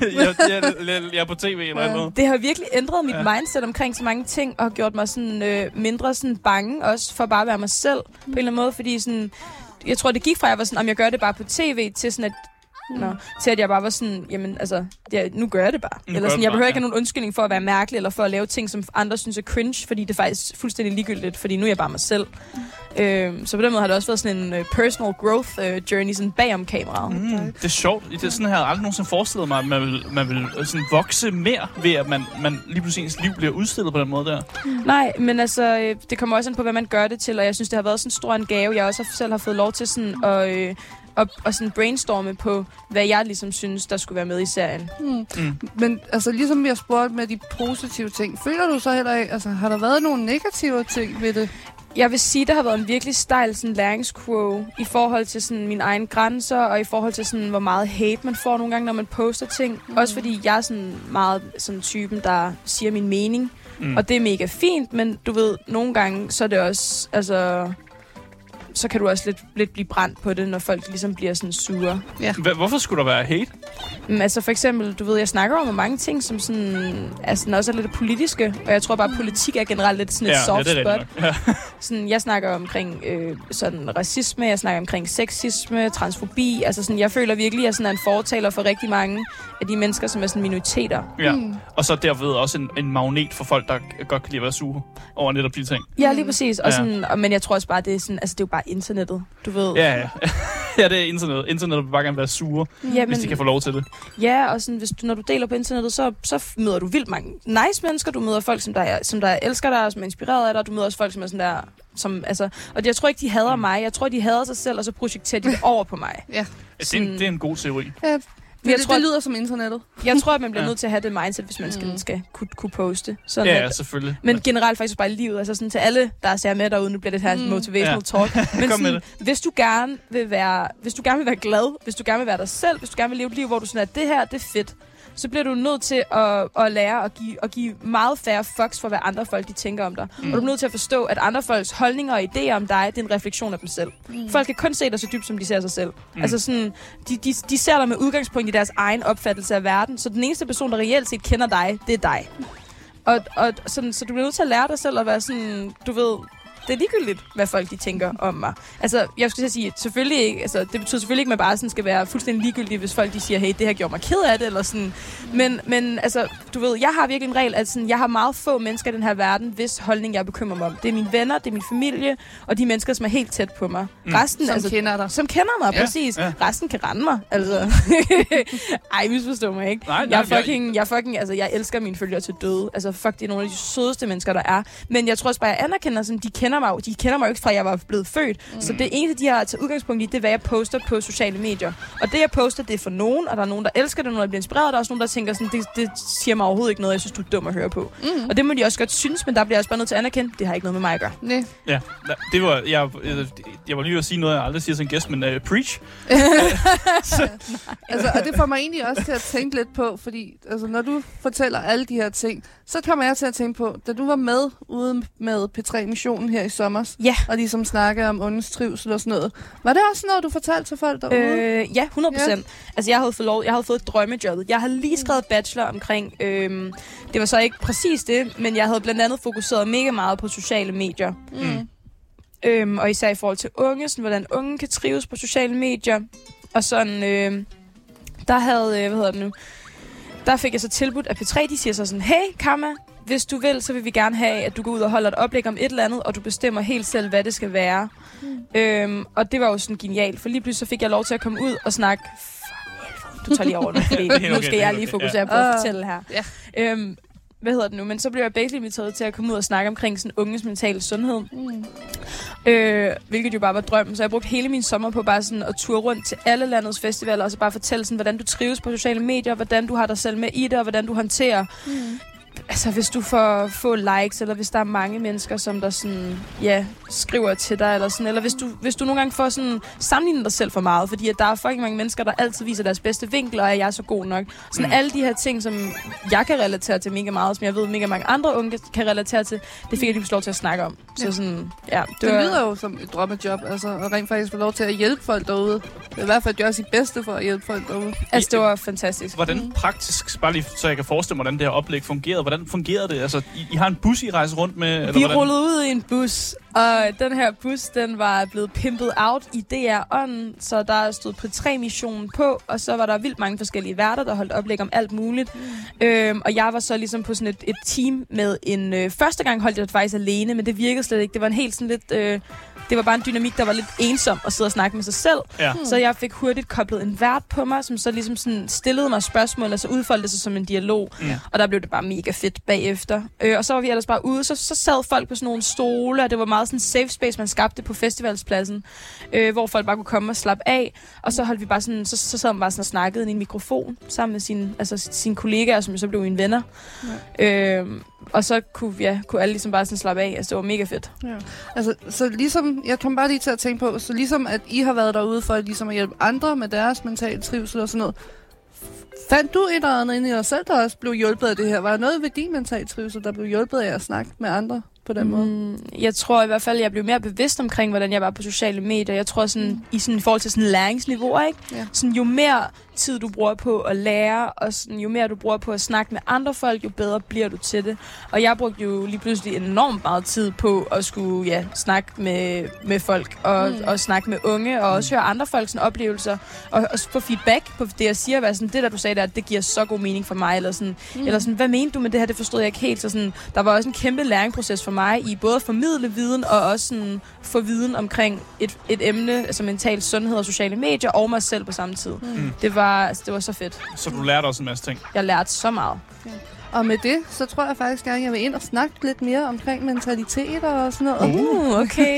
er på tv eller noget. Det har virkelig ændret mit mindset omkring så mange ting, og gjort mig sådan, mindre sådan bange, også for bare at være mig selv, på en eller anden måde. Fordi sådan, jeg tror, det gik fra, at jeg var sådan, om jeg gør det bare på tv, til sådan, til at jeg bare var sådan, jamen altså, nu gør jeg det bare. Eller sådan, jeg behøver ikke have nogen undskyldning for at være mærkelig, eller for at lave ting, som andre synes er cringe, fordi det er faktisk fuldstændig ligegyldigt, fordi nu er jeg bare mig selv. Så på den måde har det også været sådan en personal growth journey, sådan bagom kameraet. Det er sjovt. Det er sådan, jeg har aldrig nogensinde forestillet mig, at man vil sådan vokse mere, ved at man lige pludselig ens liv bliver udstillet på den måde der. Nej, men altså, det kommer også an på, hvad man gør det til, og jeg synes, det har været sådan en stor en gave. Jeg også selv har fået lov til sådan og sådan brainstorme på, hvad jeg ligesom synes, der skulle være med i serien. Men altså, ligesom vi har spurgt med de positive ting, føler du så heller ikke, altså, har der været nogle negative ting ved det? Jeg vil sige, der har været en virkelig stejl sådan, læringskurve i forhold til sådan, mine egne grænser, og i forhold til, sådan, hvor meget hate man får nogle gange, når man poster ting. Også fordi jeg er sådan meget sådan typen, der siger min mening. Og det er mega fint, men du ved, nogle gange, så er det også, altså... så kan du også lidt blive brændt på det, når folk ligesom bliver sådan sure. Ja. Hvorfor skulle der være hate? Altså for eksempel, du ved, jeg snakker om mange ting, som sådan, altså, også er lidt politiske, og jeg tror bare, at politik er generelt lidt sådan et soft spot. Ja. Sådan, jeg snakker omkring sådan racisme, jeg snakker omkring sexisme, transfobi, altså sådan, jeg føler virkelig, at jeg sådan er en fortaler for rigtig mange af de mennesker, som er sådan minoriteter. Ja, og så derved også en magnet for folk, der godt kan lide at være sure over netop de ting. Ja, lige præcis. Og sådan, men jeg tror også bare, det er sådan, altså det er jo bare internettet, du ved. Ja. Ja, det er internettet. Internettet vil bare gerne være sure, hvis de kan få lov til det. Ja, og sådan, når du deler på internettet, så møder du vildt mange nice mennesker. Du møder folk, som der elsker dig, og som er inspireret af dig. Du møder også folk, som er sådan der... Som, altså, og jeg tror ikke, de hader mig. Jeg tror, de hader sig selv, og så projekterer de det over på mig. Ja. Det er en god teori. Ja. Det lyder som internettet. Jeg tror, at man bliver nødt til at have det mindset, hvis man skal kunne poste. Sådan ja, selvfølgelig. Men generelt faktisk bare i livet. Altså sådan til alle, der ser med derude, nu bliver det her motivational talk. Men sådan, hvis du gerne vil være glad, hvis du gerne vil være dig selv, hvis du gerne vil leve et liv, hvor du sådan er, det her, det er fedt, så bliver du nødt til at lære at give meget færre fucks for, hvad andre folk de tænker om dig. Og du er nødt til at forstå, at andre folks holdninger og idéer om dig, det er en refleksion af dem selv. Folk kan kun se dig så dybt, som de ser sig selv. Altså sådan, de ser dig med udgangspunkt i deres egen opfattelse af verden, så den eneste person, der reelt set kender dig, det er dig. Og sådan, så du bliver nødt til at lære dig selv at være sådan, du ved... Det er ligegyldigt, hvad folk de tænker om mig. Altså, jeg skulle sige, selvfølgelig ikke, altså, det betyder selvfølgelig ikke, at man bare sådan skal være fuldstændig ligegyldig, hvis folk de siger, hey, det har gjort mig ked af det, eller sådan. Men altså, du ved, jeg har virkelig en regel, at sådan, jeg har meget få mennesker i den her verden, hvis holdning jeg bekymrer mig om. Det er mine venner, det er min familie, og de mennesker, som er helt tæt på mig. Resten, som kender dig. Som kender mig, præcis. Ja. Resten kan rende mig, altså. Ej, misforstå mig ikke. Nej, jeg elsker mine følgere til døde. Altså, fuck, det er nogle af de sødeste mennesker, der er. Men jeg tror også bare, jeg anerkender, sådan, de kender mig jo ikke fra, at jeg var blevet født. Så det eneste, de har taget udgangspunkt i, det er, hvad jeg poster på sociale medier. Og det, jeg poster, det er for nogen, og der er nogen, der elsker det, nogen, der bliver inspireret, og der er også nogen, der tænker sådan, det siger mig overhovedet ikke noget, jeg synes, du er dum at høre på. Og det må de også godt synes, men der bliver jeg også bare nødt til at anerkende, det har ikke noget med mig at gøre. Nej. Ja, det var, jeg var lige ved at sige noget, jeg aldrig siger som gæst, men preach. Altså, og det får mig egentlig også til at tænke lidt på, fordi altså, når du fortæller alle de her ting, så kommer jeg til at tænke på, da du var med ude med P3-missionen her i sommer, og ligesom snakkede om ondens trivsel og sådan noget. Var det også noget, du fortalte til folk derude? Ja, 100%. Ja. Altså, jeg havde fået drømmejobbet. Jeg havde lige skrevet bachelor omkring, det var så ikke præcis det, men jeg havde blandt andet fokuseret mega meget på sociale medier. Og især i forhold til unge, sådan, hvordan unge kan trives på sociale medier. Og sådan, der havde, der fik jeg så tilbudt af P3, de siger så sådan, hey, Kamma, hvis du vil, så vil vi gerne have, at du går ud og holder et oplæg om et eller andet, og du bestemmer helt selv, hvad det skal være. Og det var jo sådan genialt, for lige pludselig så fik jeg lov til at komme ud og snakke for du tager lige over nu, fordi nu skal jeg lige fokusere på at fortælle her. Ja. Hvad hedder det nu? Men så blev jeg begge inviteret til at komme ud og snakke omkring sådan unges mentale sundhed. Hvilket jo bare var drømmen. Så jeg brugte hele min sommer på bare sådan at ture rundt til alle landets festivaler, og så bare fortælle sådan, hvordan du trives på sociale medier, hvordan du har dig selv med i det, og hvordan du håndterer altså, hvis du får få likes, eller hvis der er mange mennesker, som der sådan, skriver til dig, eller sådan, eller hvis du nogle gange får sådan sammenlignet dig selv for meget, fordi at der er fucking mange mennesker, der altid viser deres bedste vinkel, og er jeg så god nok. Sådan alle de her ting, som jeg kan relatere til mega meget, som jeg ved mega mange andre unge kan relatere til, det fik jeg lige lov til at snakke om. Så sådan, det lyder jo som et drømmejob, altså, og rent faktisk få lov til at hjælpe folk derude. Det er i hvert fald gøre sit bedste for at hjælpe folk derude. Altså, det var fantastisk. Hvordan praktisk, bare lige så jeg kan forestille mig, hvordan det her oplæg fungerede, hvordan fungerede det? Altså, I har en bus, I rejser rundt med? Eller vi rullede ud i en bus, og den her bus, den var blevet pimpet out i DR-ånden, så der stod på 3-missionen på, og så var der vildt mange forskellige værter, der holdt oplæg om alt muligt. Og jeg var så ligesom på sådan et team med en... første gang holdt jeg det faktisk alene, men det virkede slet ikke. Det var en helt sådan lidt... det var bare en dynamik, der var lidt ensom at sidde og snakke med sig selv. Ja. Så jeg fik hurtigt koblet en vært på mig, som så ligesom sådan stillede mig spørgsmål, og så udfoldede det sig som en dialog. Ja. Og der blev det bare mega fedt bagefter. Og så var vi ellers bare ude, så sad folk på sådan nogle stole, og det var meget sådan en safe space, man skabte på festivalspladsen, hvor folk bare kunne komme og slappe af. Og så holdt vi bare sådan, så sad man bare sådan og snakkede i en mikrofon sammen med sine kollegaer, som så blev mine venner. Ja. Og så kunne alle ligesom bare sådan slappe af. Altså, det var mega fedt. Ja. Altså, så ligesom, jeg kom bare lige til at tænke på, så ligesom at I har været derude for ligesom at hjælpe andre med deres mentale trivsel og sådan noget, fandt du et eller andet inde i dig selv, der også blev hjulpet af det her? Var der noget ved din mentale trivsel, der blev hjulpet af at snakke med andre på den måde? Jeg tror i hvert fald, jeg blev mere bevidst omkring, hvordan jeg var på sociale medier. Jeg tror sådan, i forhold til sådan læringsniveau, ikke? Ja. Sådan, jo mere tid du bruger på at lære, og sådan, jo mere du bruger på at snakke med andre folk, jo bedre bliver du til det. Og jeg brugte jo lige pludselig enormt meget tid på at skulle snakke med folk, og snakke med unge, og også høre andre folks oplevelser, og få feedback på det, jeg siger, hvad sådan, det der du sagde der, det giver så god mening for mig, eller sådan, hvad mente du med det her, det forstod jeg ikke helt. Så sådan, der var også en kæmpe læringsproces for mig, i både at formidle viden, og også sådan, få viden omkring et emne, altså mental sundhed og sociale medier, og mig selv på samme tid. Det var så fedt. Så du lærte også en masse ting? Jeg lærte så meget. Ja. Og med det, så tror jeg faktisk gerne, jeg vil ind og snakke lidt mere omkring mentalitet og sådan noget.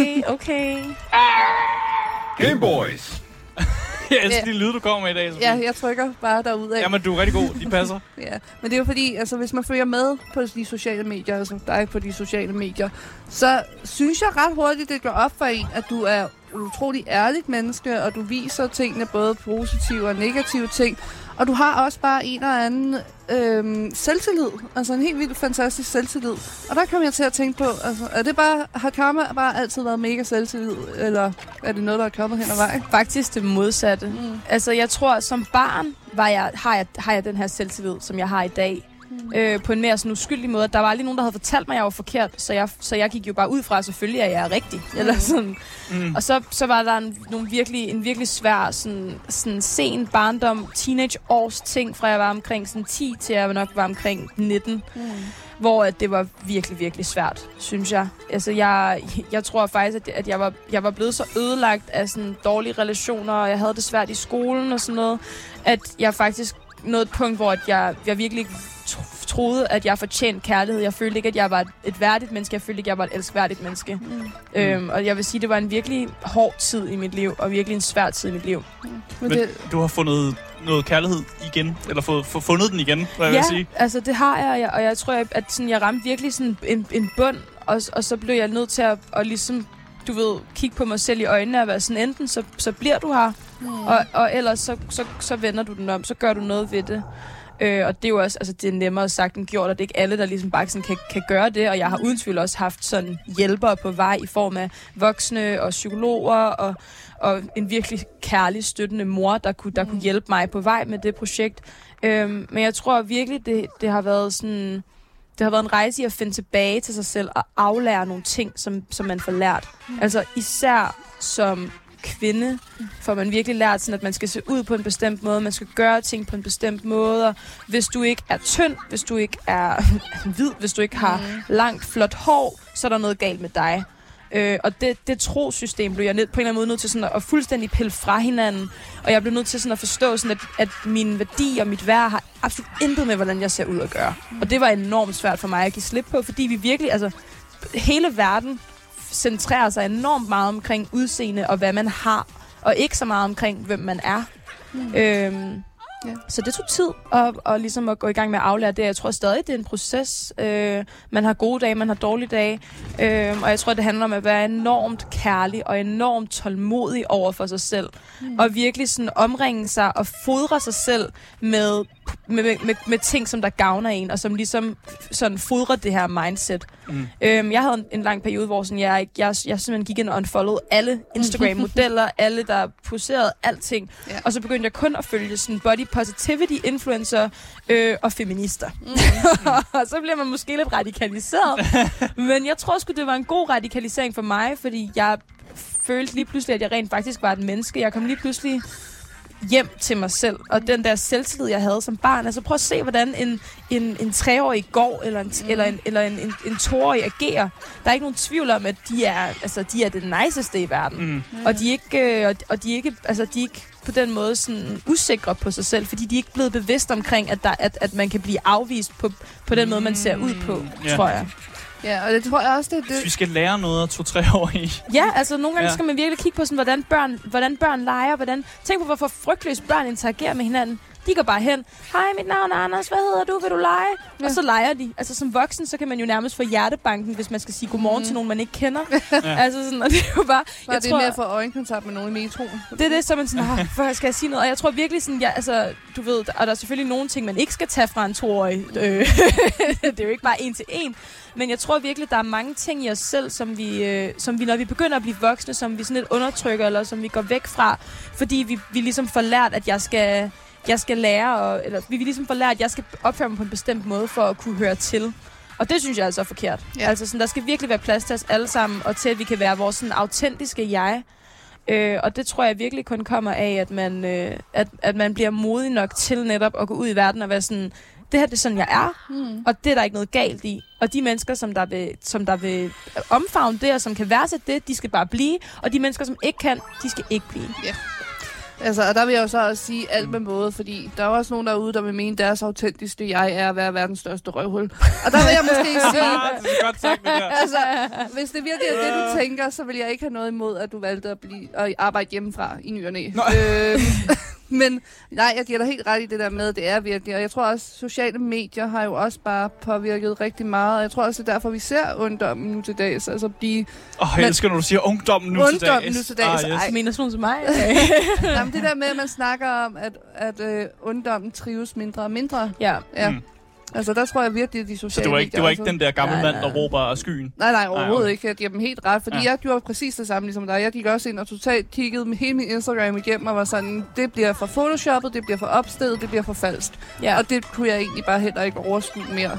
Okay. Game Boys. Jeg elsker de lyde, du kommer med i dag. Ja, jeg trykker bare derudad. Jamen, du er rigtig god. De passer. Ja, men det er jo fordi, altså hvis man følger med på de sociale medier, altså dig på de sociale medier, så synes jeg ret hurtigt, det går op for en, at du er utrolig ærligt menneske, og du viser tingene, både positive og negative ting. Og du har også bare en eller anden selvtillid. Altså en helt vildt fantastisk selvtillid. Og der kom jeg til at tænke på, altså, har Karma bare altid været mega selvtillid, eller er det noget, der er kommet hen ad vejen? Faktisk det modsatte. Altså jeg tror, som barn har jeg den her selvtillid, som jeg har i dag. På en mere sådan uskyldig måde. Der var aldrig nogen, der havde fortalt mig, at jeg var forkert, så jeg gik jo bare ud fra, at selvfølgelig er jeg rigtig. Eller sådan. Og så var der en virkelig svær sådan sen barndom, teenageårs ting, fra jeg var omkring sådan 10 til jeg nok var omkring 19. Hvor det var virkelig, virkelig svært, synes jeg. Altså, jeg tror faktisk, at jeg var blevet så ødelagt af sådan dårlige relationer, og jeg havde det svært i skolen og sådan noget, at jeg faktisk nåede et punkt, hvor jeg virkelig troede, at jeg fortjente kærlighed. Jeg følte ikke, at jeg var et værdigt menneske. Jeg følte ikke, at jeg var et elskværdigt menneske. Og jeg vil sige, at det var en virkelig hård tid i mit liv, og virkelig en svær tid i mit liv. Men du har fundet noget kærlighed igen? Eller fundet den igen, hvad jeg vil sige? Ja, altså det har jeg, og jeg tror, at sådan, jeg ramte virkelig sådan en bund, og så blev jeg nødt til at ligesom, du ved, kigge på mig selv i øjnene og være sådan, enten så bliver du her, og ellers så vender du den om, så gør du noget ved det. Og det er jo også, altså det er nemmere sagt end gjort, og det er ikke alle, der ligesom bare sådan kan gøre det, og jeg har uden tvivl også haft sådan hjælpere på vej i form af voksne og psykologer, og en virkelig kærlig, støttende mor, der kunne hjælpe mig på vej med det projekt. Men jeg tror virkelig, det har været sådan... Det har været en rejse i at finde tilbage til sig selv og aflære nogle ting, som man får lært. Altså især som kvinde får man virkelig lært, sådan, at man skal se ud på en bestemt måde, man skal gøre ting på en bestemt måde. Og hvis du ikke er tynd, hvis du ikke er hvid, hvis du ikke har langt, flot hår, så er der noget galt med dig. Og det trosystem blev jeg på en eller anden måde nødt til sådan at fuldstændig pille fra hinanden. Og jeg blev nødt til sådan at forstå, sådan at min værdi og mit værd har absolut intet med, hvordan jeg ser ud at gøre. Og det var enormt svært for mig at give slip på, fordi vi virkelig, altså hele verden centrerer sig enormt meget omkring udseende og hvad man har, og ikke så meget omkring, hvem man er. Så det tog tid at ligesom at gå i gang med at aflære det. Jeg tror stadig, det er en proces. Man har gode dage, man har dårlige dage. Og jeg tror, det handler om at være enormt kærlig og enormt tålmodig over for sig selv. Og virkelig sådan omringe sig og fodre sig selv med ting, som der gavner en, og som ligesom sådan fodrer det her mindset. Jeg havde en lang periode, hvor sådan, jeg simpelthen gik ind og unfollowede alle Instagram-modeller, alle, der poserede alting. Yeah. Og så begyndte jeg kun at følge sådan body positivity influencer og feminister. Og så bliver man måske lidt radikaliseret. Men jeg tror sgu, det var en god radikalisering for mig, fordi jeg følte lige pludselig, at jeg rent faktisk var et menneske. Jeg kom lige pludselig hjem til mig selv, og den der selvtillid, jeg havde som barn. Altså prøv at se, hvordan en 3-årig går, eller en 2-årig agerer. Der er ikke nogen tvivl om, at de er det niceste i verden. Og de er ikke på den måde sådan usikre på sig selv, fordi de er ikke blevet bevidst omkring, at man kan blive afvist på den måde, man ser ud på, tror jeg. Ja, og det tror jeg også, det. Vi skal lære noget af 2-3 år i. Ja, altså nogle gange skal man virkelig kigge på, sådan, hvordan børn leger. Tænk på, hvorfor frygtløst børn interagerer med hinanden. De går bare hen. Hej, mit navn er Anders. Hvad hedder du? Vil du lege? Ja. Og så leger de. Altså som voksen, så kan man jo nærmest få hjertebanken, hvis man skal sige godmorgen til nogen, man ikke kender. Altså sådan, og det er jo bare... Jeg tror, med at få øjenkontakt med nogen i metroen. Det er det, så man sådan, hvor skal jeg sige noget? Og jeg tror virkelig sådan, du ved, og der er selvfølgelig nogle ting, man ikke skal tage fra en 2-årig. Det er jo ikke bare 1-til-1. Men jeg tror virkelig, der er mange ting i os selv, som vi, når vi begynder at blive voksne, som vi sådan lidt undertrykker, eller som vi går væk fra, fordi vi ligesom får lært, at jeg skal lære, eller vi ligesom får lært, at jeg skal opføre mig på en bestemt måde for at kunne høre til. Og det synes jeg altså er forkert. Ja. Altså sådan, der skal virkelig være plads til os alle sammen, og til at vi kan være vores sådan autentiske jeg. Og det tror jeg virkelig kun kommer af, at man bliver modig nok til netop at gå ud i verden og være sådan, det her det er sådan, jeg er, og det er der ikke noget galt i. Og de mennesker, som der vil omfavne det, og som kan værdsætte det, de skal bare blive. Og de mennesker, som ikke kan, de skal ikke blive. Yeah. Altså, og der vil jeg jo så også sige alt med måde, fordi der er også nogen derude, der vil mene, deres autentiske jeg er at være verdens største røvhul. Og der vil jeg måske sige... det er godt sagt, det der. Altså, hvis det virkelig er det, du tænker, så vil jeg ikke have noget imod, at du valgte at arbejde hjemmefra i ny og næ. Men nej, jeg giver dig helt ret i det der med, det er virkelig. Og jeg tror også, sociale medier har jo også bare påvirket rigtig meget. Og jeg tror også, det er derfor, vi ser ungdommen nu til dags. Altså blive... jeg elsker, når du siger ungdommen nu til dags. Ungdommen nu til dags. Yes. Ej, mener sådan som mig? Jamen, det der med, at man snakker om, at ungdommen trives mindre og mindre. Ja. Altså, der tror jeg virkelig, at de sociale medier... Så det var ikke den der gamle mand, der råber af skyen? Nej, overhovedet ikke. Jeg giver dem helt ret, fordi jeg gjorde præcis det samme ligesom dig. Jeg gik også ind og totalt kiggede med hele min Instagram igennem og var sådan, det bliver for photoshoppet, det bliver for opstedet, det bliver for falsk. Ja. Og det kunne jeg egentlig bare heller ikke overskue mere.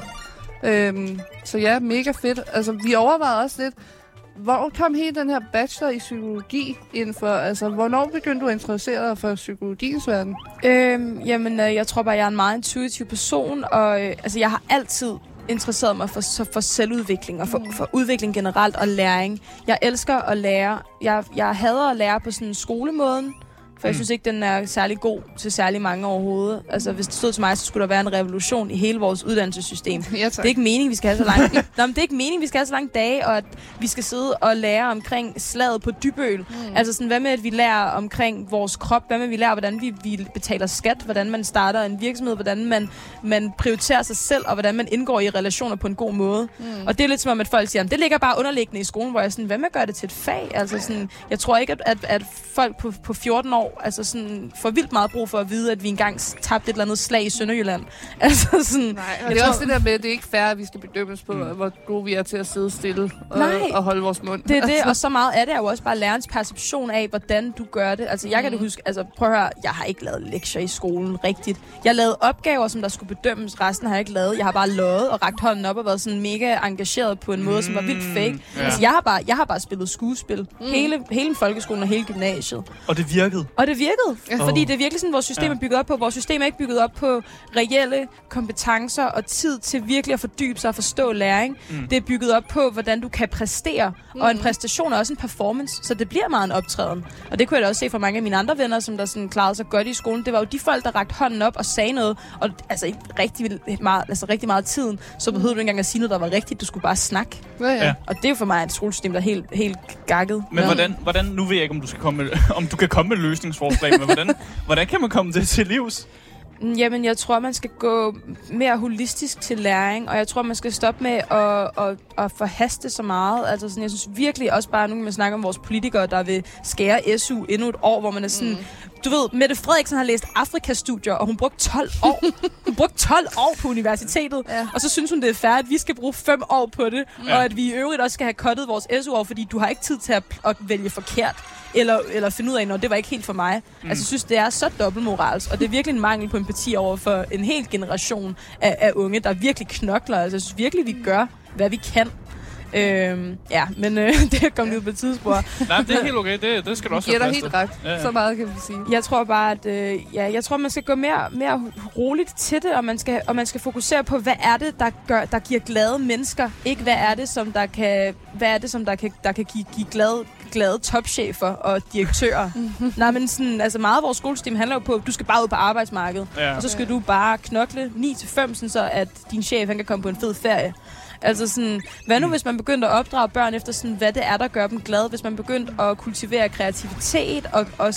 Så ja, mega fedt. Altså, vi overvejede også lidt, hvor kom hele den her bachelor i psykologi ind for? Altså, hvornår begyndte du at interessere dig for psykologiens verden? Jeg tror bare, jeg er en meget intuitiv person, og jeg har altid interesseret mig for selvudvikling og for udvikling generelt og læring. Jeg elsker at lære. Jeg hader at lære på sådan en skolemåden, for jeg synes ikke, den er særlig god til særlig mange overhovedet. Altså, hvis det stod til mig, så skulle der være en revolution i hele vores uddannelsessystem. Ja, det er ikke meningen, vi skal have så lange dage, og at vi skal sidde og lære omkring slaget på Dybøl. Altså sådan, hvad med, at vi lærer omkring vores krop? Hvad med, at vi lærer, hvordan vi betaler skat? Hvordan man starter en virksomhed? Hvordan man prioriterer sig selv? Og hvordan man indgår i relationer på en god måde? Og det er lidt som om, at folk siger, det ligger bare underliggende i skolen, hvor jeg sådan, hvad med at gøre det til et fag? Altså sådan, jeg tror ikke, at folk på 14 år altså sådan får vildt meget brug for at vide, at vi engang tabte et eller andet slag i Sønderjylland. Altså sådan... Nej, og det er også det der med, at det er ikke fair, at vi skal bedømmes på, hvor gode vi er til at sidde stille og holde vores mund. Det er det, og så meget af det er jo også bare lærerens perception af, hvordan du gør det. Altså, jeg kan da huske, altså prøv at høre, jeg har ikke lavet lektier i skolen rigtigt. Jeg lavede opgaver, som der skulle bedømmes, resten har jeg ikke lavet. Jeg har bare løjet og rakt hånden op og været sådan mega engageret på en måde, som var vildt fake. Ja. Altså, jeg har bare spillet skuespil. Hele folkeskolen og hele gymnasiet. Og det virkede? Og det virkede, fordi det er virkelig sådan, vores system er bygget op på. Vores system er ikke bygget op på reelle kompetencer og tid til virkelig at fordybe sig og forstå læring. Det er bygget op på, hvordan du kan præstere. Og en præstation er også en performance, så det bliver meget en optræden. Og det kunne jeg da også se fra mange af mine andre venner, som der sådan klarede sig godt i skolen. Det var jo de folk, der rakte hånden op og sagde noget, og altså ikke rigtig meget tiden, så behøvede du ikke engang at sige noget, der var rigtigt. Du skulle bare snakke. Ja. Og det er jo for mig et skolesystem, der er helt gakket. Men hvordan, nu ved jeg ikke, om du kan komme med løsningsforslag, men hvordan kan man komme det til livs? Jamen, jeg tror, man skal gå mere holistisk til læring, og jeg tror, man skal stoppe med at forhaste så meget. Altså, sådan, jeg synes virkelig også bare, nu kan man snakke om vores politikere, der vil skære SU endnu et år, hvor man er sådan... Du ved, Mette Frederiksen har læst Afrikastudier, og hun brugte 12 år. Hun brugte 12 år på universitetet, og så synes hun, det er fair, at vi skal bruge 5 år på det, og at vi i øvrigt også skal have cuttet vores SU-år, fordi du har ikke tid til at vælge forkert, eller finde ud af, når det var ikke helt for mig. Altså, jeg synes, det er så dobbeltmoralsk, og det er virkelig en mangel på empati over for en hel generation af unge, der virkelig knokler. Altså, jeg synes virkelig, vi gør, hvad vi kan. Men det er kommet ud på et tidsspor. Nej, det er helt okay. Det skal du også have plads til. helt ret. Ja. Så meget kan vi sige. Jeg tror bare, at jeg tror, man skal gå mere roligt til det, og man skal fokusere på, hvad er det, der giver glade mennesker. Ikke hvad er det, som der kan give glade topchefer og direktører. Nej, men sådan, altså meget af vores skolesystem handler jo på, at du skal bare ud på arbejdsmarkedet, og så skal du bare knokle 9-5, så at din chef han kan komme på en fed ferie. Altså sådan, hvad nu hvis man begyndte at opdrage børn efter sådan, hvad det er, der gør dem glade, hvis man begyndte at kultivere kreativitet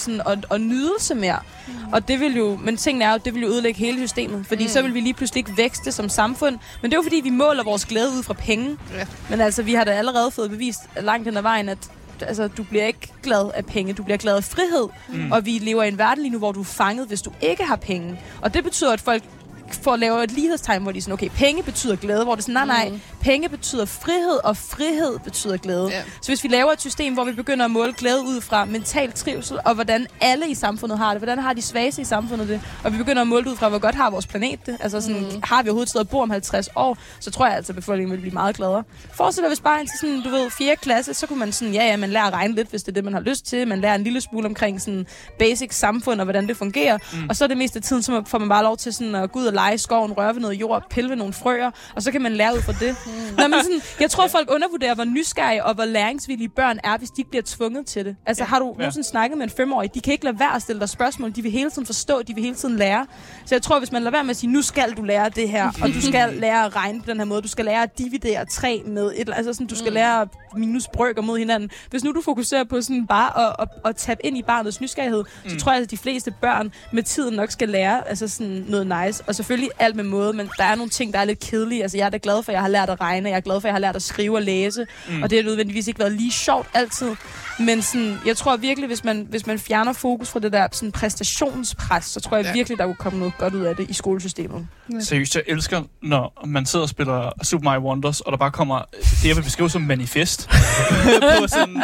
og nydelse mere. Og det vil jo, men tingene er jo, det vil jo ødelægge hele systemet, fordi så vil vi lige pludselig ikke vækste som samfund. Men det er jo fordi, vi måler vores glæde ud fra penge. Ja. Men altså, vi har da allerede fået bevist langt hen ad vejen, at altså, du bliver ikke glad af penge, du bliver glad af frihed. Og vi lever i en verden lige nu, hvor du er fanget, hvis du ikke har penge. Og det betyder, at folk for at lave et lighedstegn, hvor de er sådan, okay, penge betyder glæde, hvor det er sådan, nej, penge betyder frihed, og frihed betyder glæde. Yeah. Så hvis vi laver et system, hvor vi begynder at måle glæde ud fra mental trivsel, og hvordan alle i samfundet har det, hvordan har de svageste i samfundet det, og vi begynder at måle det ud fra, hvor godt har vores planet det, altså sådan, har vi overhovedet et sted at bo om 50 år, så tror jeg altså, at befolkningen vil blive meget gladere. Forestil dig, hvis bare indtil sådan, du ved, 4. klasse, så kunne man sådan, man lærer at regne lidt, hvis det er det, man har lyst til, man lærer en lille smule omkring sådan basic samfund, og hvordan det fungerer, og så det meste af tiden, så får man bare lov til sådan at gå ud og lege i skoven, røre ved noget jord, pille ved nogle frøer, og så kan man lære ud fra det. Nå, men sådan, jeg tror, folk undervurderer, hvor nysgerrige og hvor læringsvillige børn er, hvis de ikke bliver tvunget til det. Altså, har du nogensinde snakket med en 5-årig? De kan ikke lade være at stille dig spørgsmål. De vil hele tiden forstå, de vil hele tiden lære. Så jeg tror, hvis man lader være med at sige, nu skal du lære det her, og du skal lære at regne på den her måde, du skal lære at dividere 3 med et, altså sådan, du skal lære minus brøker mod hinanden. Hvis nu du fokuserer på sådan bare at tabe ind i barnets nysgerrighed, så tror jeg, at de fleste børn med tiden nok skal lære altså sådan noget nice. Og selvfølgelig alt med måde, men der er nogle ting, der er lidt kedelige. Altså, jeg er da glad for, at jeg har lært at regne. Jeg er glad for, at jeg har lært at skrive og læse. Og det har nødvendigvis ikke været lige sjovt altid. Men sådan, jeg tror virkelig, hvis man fjerner fokus fra det der sådan præstationspres, så tror jeg virkelig, der kunne komme noget godt ud af det i skolesystemet. Ja. Seriøst, jeg elsker, når man sidder og spiller Super Mario Wonders, og der bare kommer det, jeg vil beskrive som manifest. På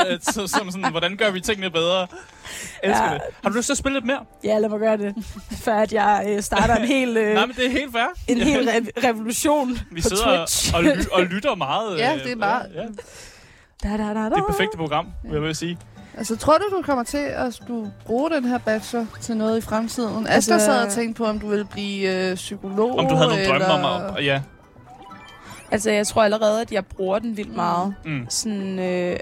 sådan, hvordan gør vi tingene bedre? Elsker det. Har du lyst til at spille lidt mere? Ja, lad mig gøre det. Før at jeg starter en hel... Nej, men det er helt fair. En hel revolution vi på Twitch. Og lytter meget. Ja, det er bare... Det er et perfekte program, vil jeg sige. Altså, tror du kommer til at bruge den her bachelor til noget i fremtiden? Altså, jeg sad og tænkte på, om du ville blive psykolog. Om du havde nogle drømme om at... Ja. Altså, jeg tror allerede, at jeg bruger den vildt meget. Sådan...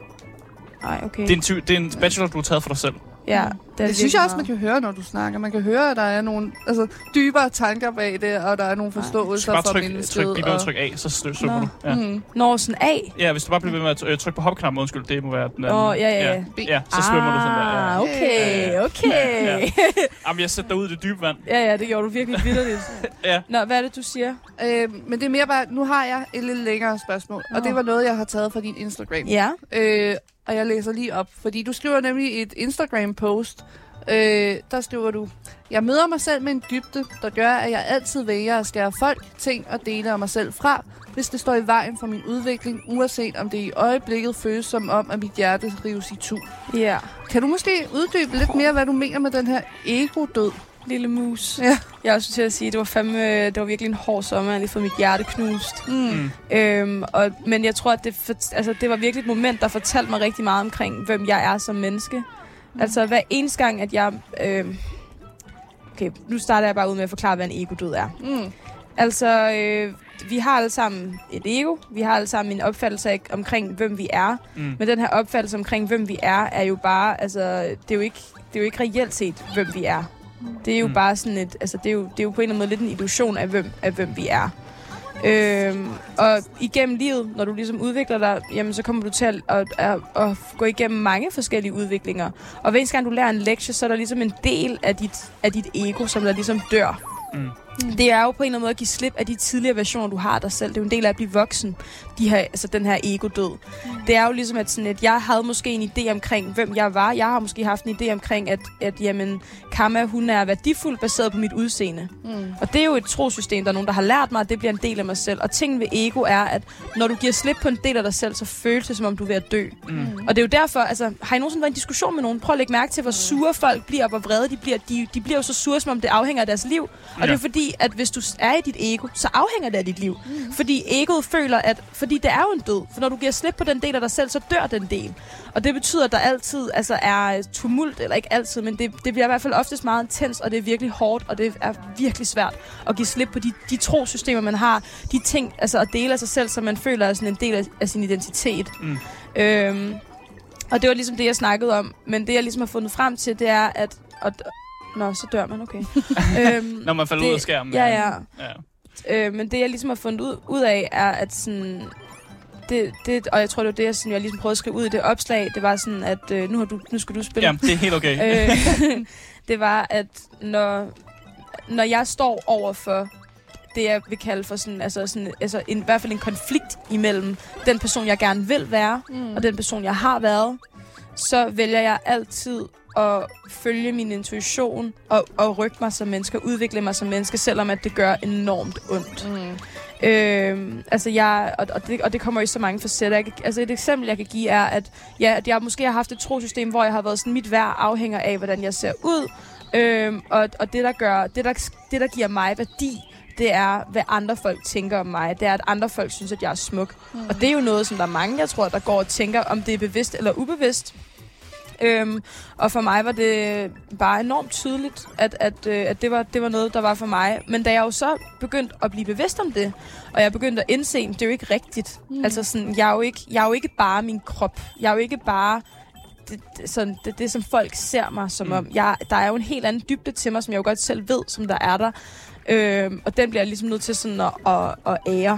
okay. Det er en bachelor, du har taget for dig selv. Ja, det synes jeg også, man kan høre, når du snakker. Man kan høre, at der er nogle dybere tanker bag det, og der er nogle forståelser for mennesket. Bliv ved at trykke A, så svømmer du. Ja. Når sådan A? Ja, hvis du bare bliver ved med at trykke på hopknappen, undskyld, det må være den anden. Ja, så svømmer du sådan der. Okay. Jamen, jeg sætter dig ud i det dybe vand. Ja, det gjorde du virkelig vitterligt. Nå, hvad er det, du siger? Men det er mere bare, nu har jeg et lidt længere spørgsmål, og det var noget, jeg har taget fra din Instagram. Ja. Og jeg læser lige op, fordi du skriver nemlig et Instagram-post. Der skriver du: Jeg møder mig selv med en dybde, der gør, at jeg altid vælger at skære folk, ting og dele af mig selv fra, hvis det står i vejen for min udvikling, uanset om det i øjeblikket føles som om, at mit hjerte rives i tu. Ja. Kan du måske uddybe lidt mere, hvad du mener med den her ego-død? Lille mus. Ja. Jeg er også til at sige, det var virkelig en hård sommer, jeg lige fået mit hjerte knust. Men jeg tror, at det var virkelig et moment, der fortalte mig rigtig meget omkring, hvem jeg er som menneske. Altså hver eneste gang, at jeg... okay, nu starter jeg bare ud med at forklare, hvad en ego-død er. Altså, vi har alle sammen et ego. Vi har alle sammen en opfattelse af, omkring, hvem vi er. Men den her opfattelse omkring, hvem vi er jo bare... Altså, det er jo ikke reelt set, hvem vi er. Det er jo bare sådan et... Altså, det er jo på en eller anden måde lidt en illusion af, hvem vi er. Og igennem livet, når du ligesom udvikler dig, jamen, så kommer du til at gå igennem mange forskellige udviklinger. Og hver eneste gang du lærer en lektie, så er der ligesom en del af dit ego, som der ligesom dør. Det er jo på en eller anden måde at give slip af de tidligere versioner, du har af dig selv. Det er jo en del af at blive voksen, den her ego-død. Det er jo ligesom, at jeg havde måske en idé omkring, hvem jeg var. Jeg har måske haft en idé omkring, at jamen, Kamma, hun er værdifuld baseret på mit udseende. Og det er jo et trosystem, der er nogen, der har lært mig, at det bliver en del af mig selv. Og tingen ved ego er, at når du giver slip på en del af dig selv, så føles det, som om du er ved at dø. Og det er jo derfor, altså, har I nogensinde været i en diskussion med nogen? Prøv at lægge mærke til, hvor sure folk bliver, og hvor vrede de bliver. De bliver jo så sure, som om det afhænger af deres liv. Og det er fordi, at hvis du er i dit ego, så afhænger det af dit liv. Fordi egoet føler, at... Fordi det er jo en død. For når du giver slip på den del af dig selv, så dør den del. Og det betyder, at der altid er tumult, eller ikke altid, men det bliver i hvert fald oftest meget intens, og det er virkelig hårdt, og det er virkelig svært at give slip på de trosystemer, man har. De ting, altså at dele af sig selv, som man føler er sådan en del af sin identitet. Og det var ligesom det, jeg snakkede om. Men det, jeg ligesom har fundet frem til, det er, at... Nå, så dør man, okay. Når man falder ud af skærmen. Ja. Men det, jeg ligesom har fundet ud af, er, at sådan... og jeg tror, det var det, jeg ligesom prøvede at skrive ud i det opslag. Det var sådan, at nu skal du spille. Ja, det er helt okay. Det var, at når jeg står over for det, jeg vil kalde for i hvert fald en konflikt imellem den person, jeg gerne vil være, og den person, jeg har været, så vælger jeg altid at følge min intuition og rykke mig som menneske, udvikle mig som menneske, selvom at det gør enormt ondt. Og det kommer i så mange facetter. Et eksempel, jeg kan give, er, at jeg måske har haft et trosystem, hvor jeg har været sådan, mit værd afhænger af, hvordan jeg ser ud. Og det, der giver mig værdi, det er, hvad andre folk tænker om mig. Det er, at andre folk synes, at jeg er smuk. Og det er jo noget, som der er mange, jeg tror, der går og tænker, om det er bevidst eller ubevidst. Og for mig var det bare enormt tydeligt, at det var noget, der var for mig. Men da jeg jo så begyndte at blive bevidst om det, og jeg begyndte at indse, at det er jo ikke rigtigt. Altså sådan, jeg er jo ikke bare min krop. Jeg er jo ikke bare det som folk ser mig som om. Der er jo en helt anden dybde til mig, som jeg jo godt selv ved, som der er der. Og den bliver jeg ligesom nødt til sådan at ære.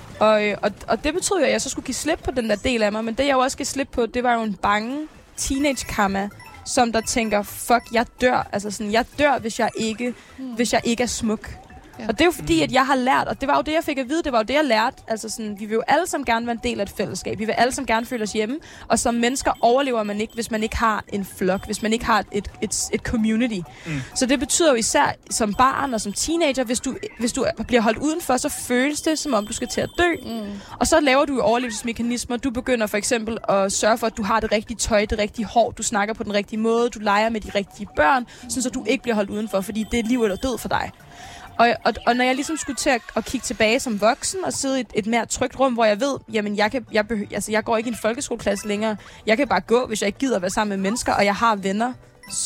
Og det betød jo, at jeg så skulle give slip på den der del af mig. Men det, jeg jo også gav slip på, det var jo en bange teenage-Kamma, som der tænker, fuck, jeg dør. Altså sådan, jeg dør, hvis jeg ikke er smuk. Ja. Og det er jo fordi, at jeg har lært, og det var jo det, jeg fik at vide, det var jo det, jeg lærte. Altså sådan, vi vil jo alle sammen gerne være en del af et fællesskab. Vi vil alle sammen gerne føle os hjemme. Og som mennesker overlever man ikke, hvis man ikke har en flok, hvis man ikke har et community. Så det betyder jo især som barn og som teenager, hvis du bliver holdt udenfor, så føles det, som om du skal til at dø. Og så laver du jo overlevelsesmekanismer. Du begynder for eksempel at sørge for, at du har det rigtige tøj, det rigtige hår, du snakker på den rigtige måde, du leger med de rigtige børn, så du ikke bliver holdt udenfor, fordi det er liv eller død for dig. Og når jeg ligesom skulle til at kigge tilbage som voksen og sidde i et mere trygt rum, hvor jeg ved, jamen jeg går ikke i en folkeskoleklasse længere. Jeg kan bare gå, hvis jeg ikke gider at være sammen med mennesker, og jeg har venner,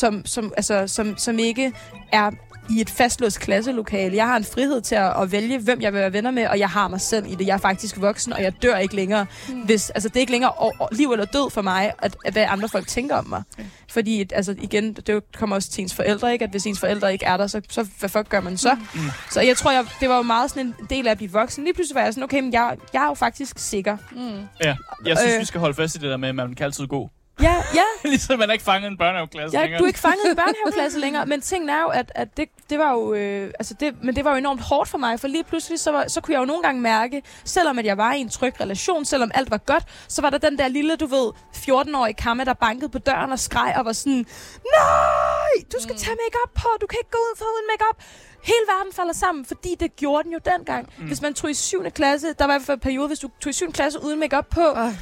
som ikke er i et fastlåst klasselokale. Jeg har en frihed til at vælge, hvem jeg vil være venner med, og jeg har mig selv i det. Jeg er faktisk voksen, og jeg dør ikke længere. Det er ikke længere liv eller død for mig, at hvad andre folk tænker om mig. Fordi, igen, det kommer også til ens forældre, ikke? At hvis ens forældre ikke er der, så hvad fuck gør man så? Så jeg tror, det var jo meget sådan en del af at blive voksen. Lige pludselig var jeg sådan, okay, men jeg er jo faktisk sikker. Ja, jeg synes, vi skal holde fast i det der med, at man kan altid gå. Ja. Ligesom man er ikke fanget i en børnehaveklasse længere. Du er ikke fanget i en børnehaveklasse længere. Men tingen er jo, at det var jo... men det var jo enormt hårdt for mig, for lige pludselig, så kunne jeg jo nogle gange mærke, selvom at jeg var i en tryg relation, selvom alt var godt, så var der den der lille, 14-årige Kamma, der bankede på døren og skreg og var sådan, nej, du skal tage make-up på, du kan ikke gå ud for uden make-up. Hele verden falder sammen, fordi det gjorde den jo dengang. Hvis man tog i 7. klasse, der var i hvert fald en periode, hvis du tog i 7. klasse uden make-up på,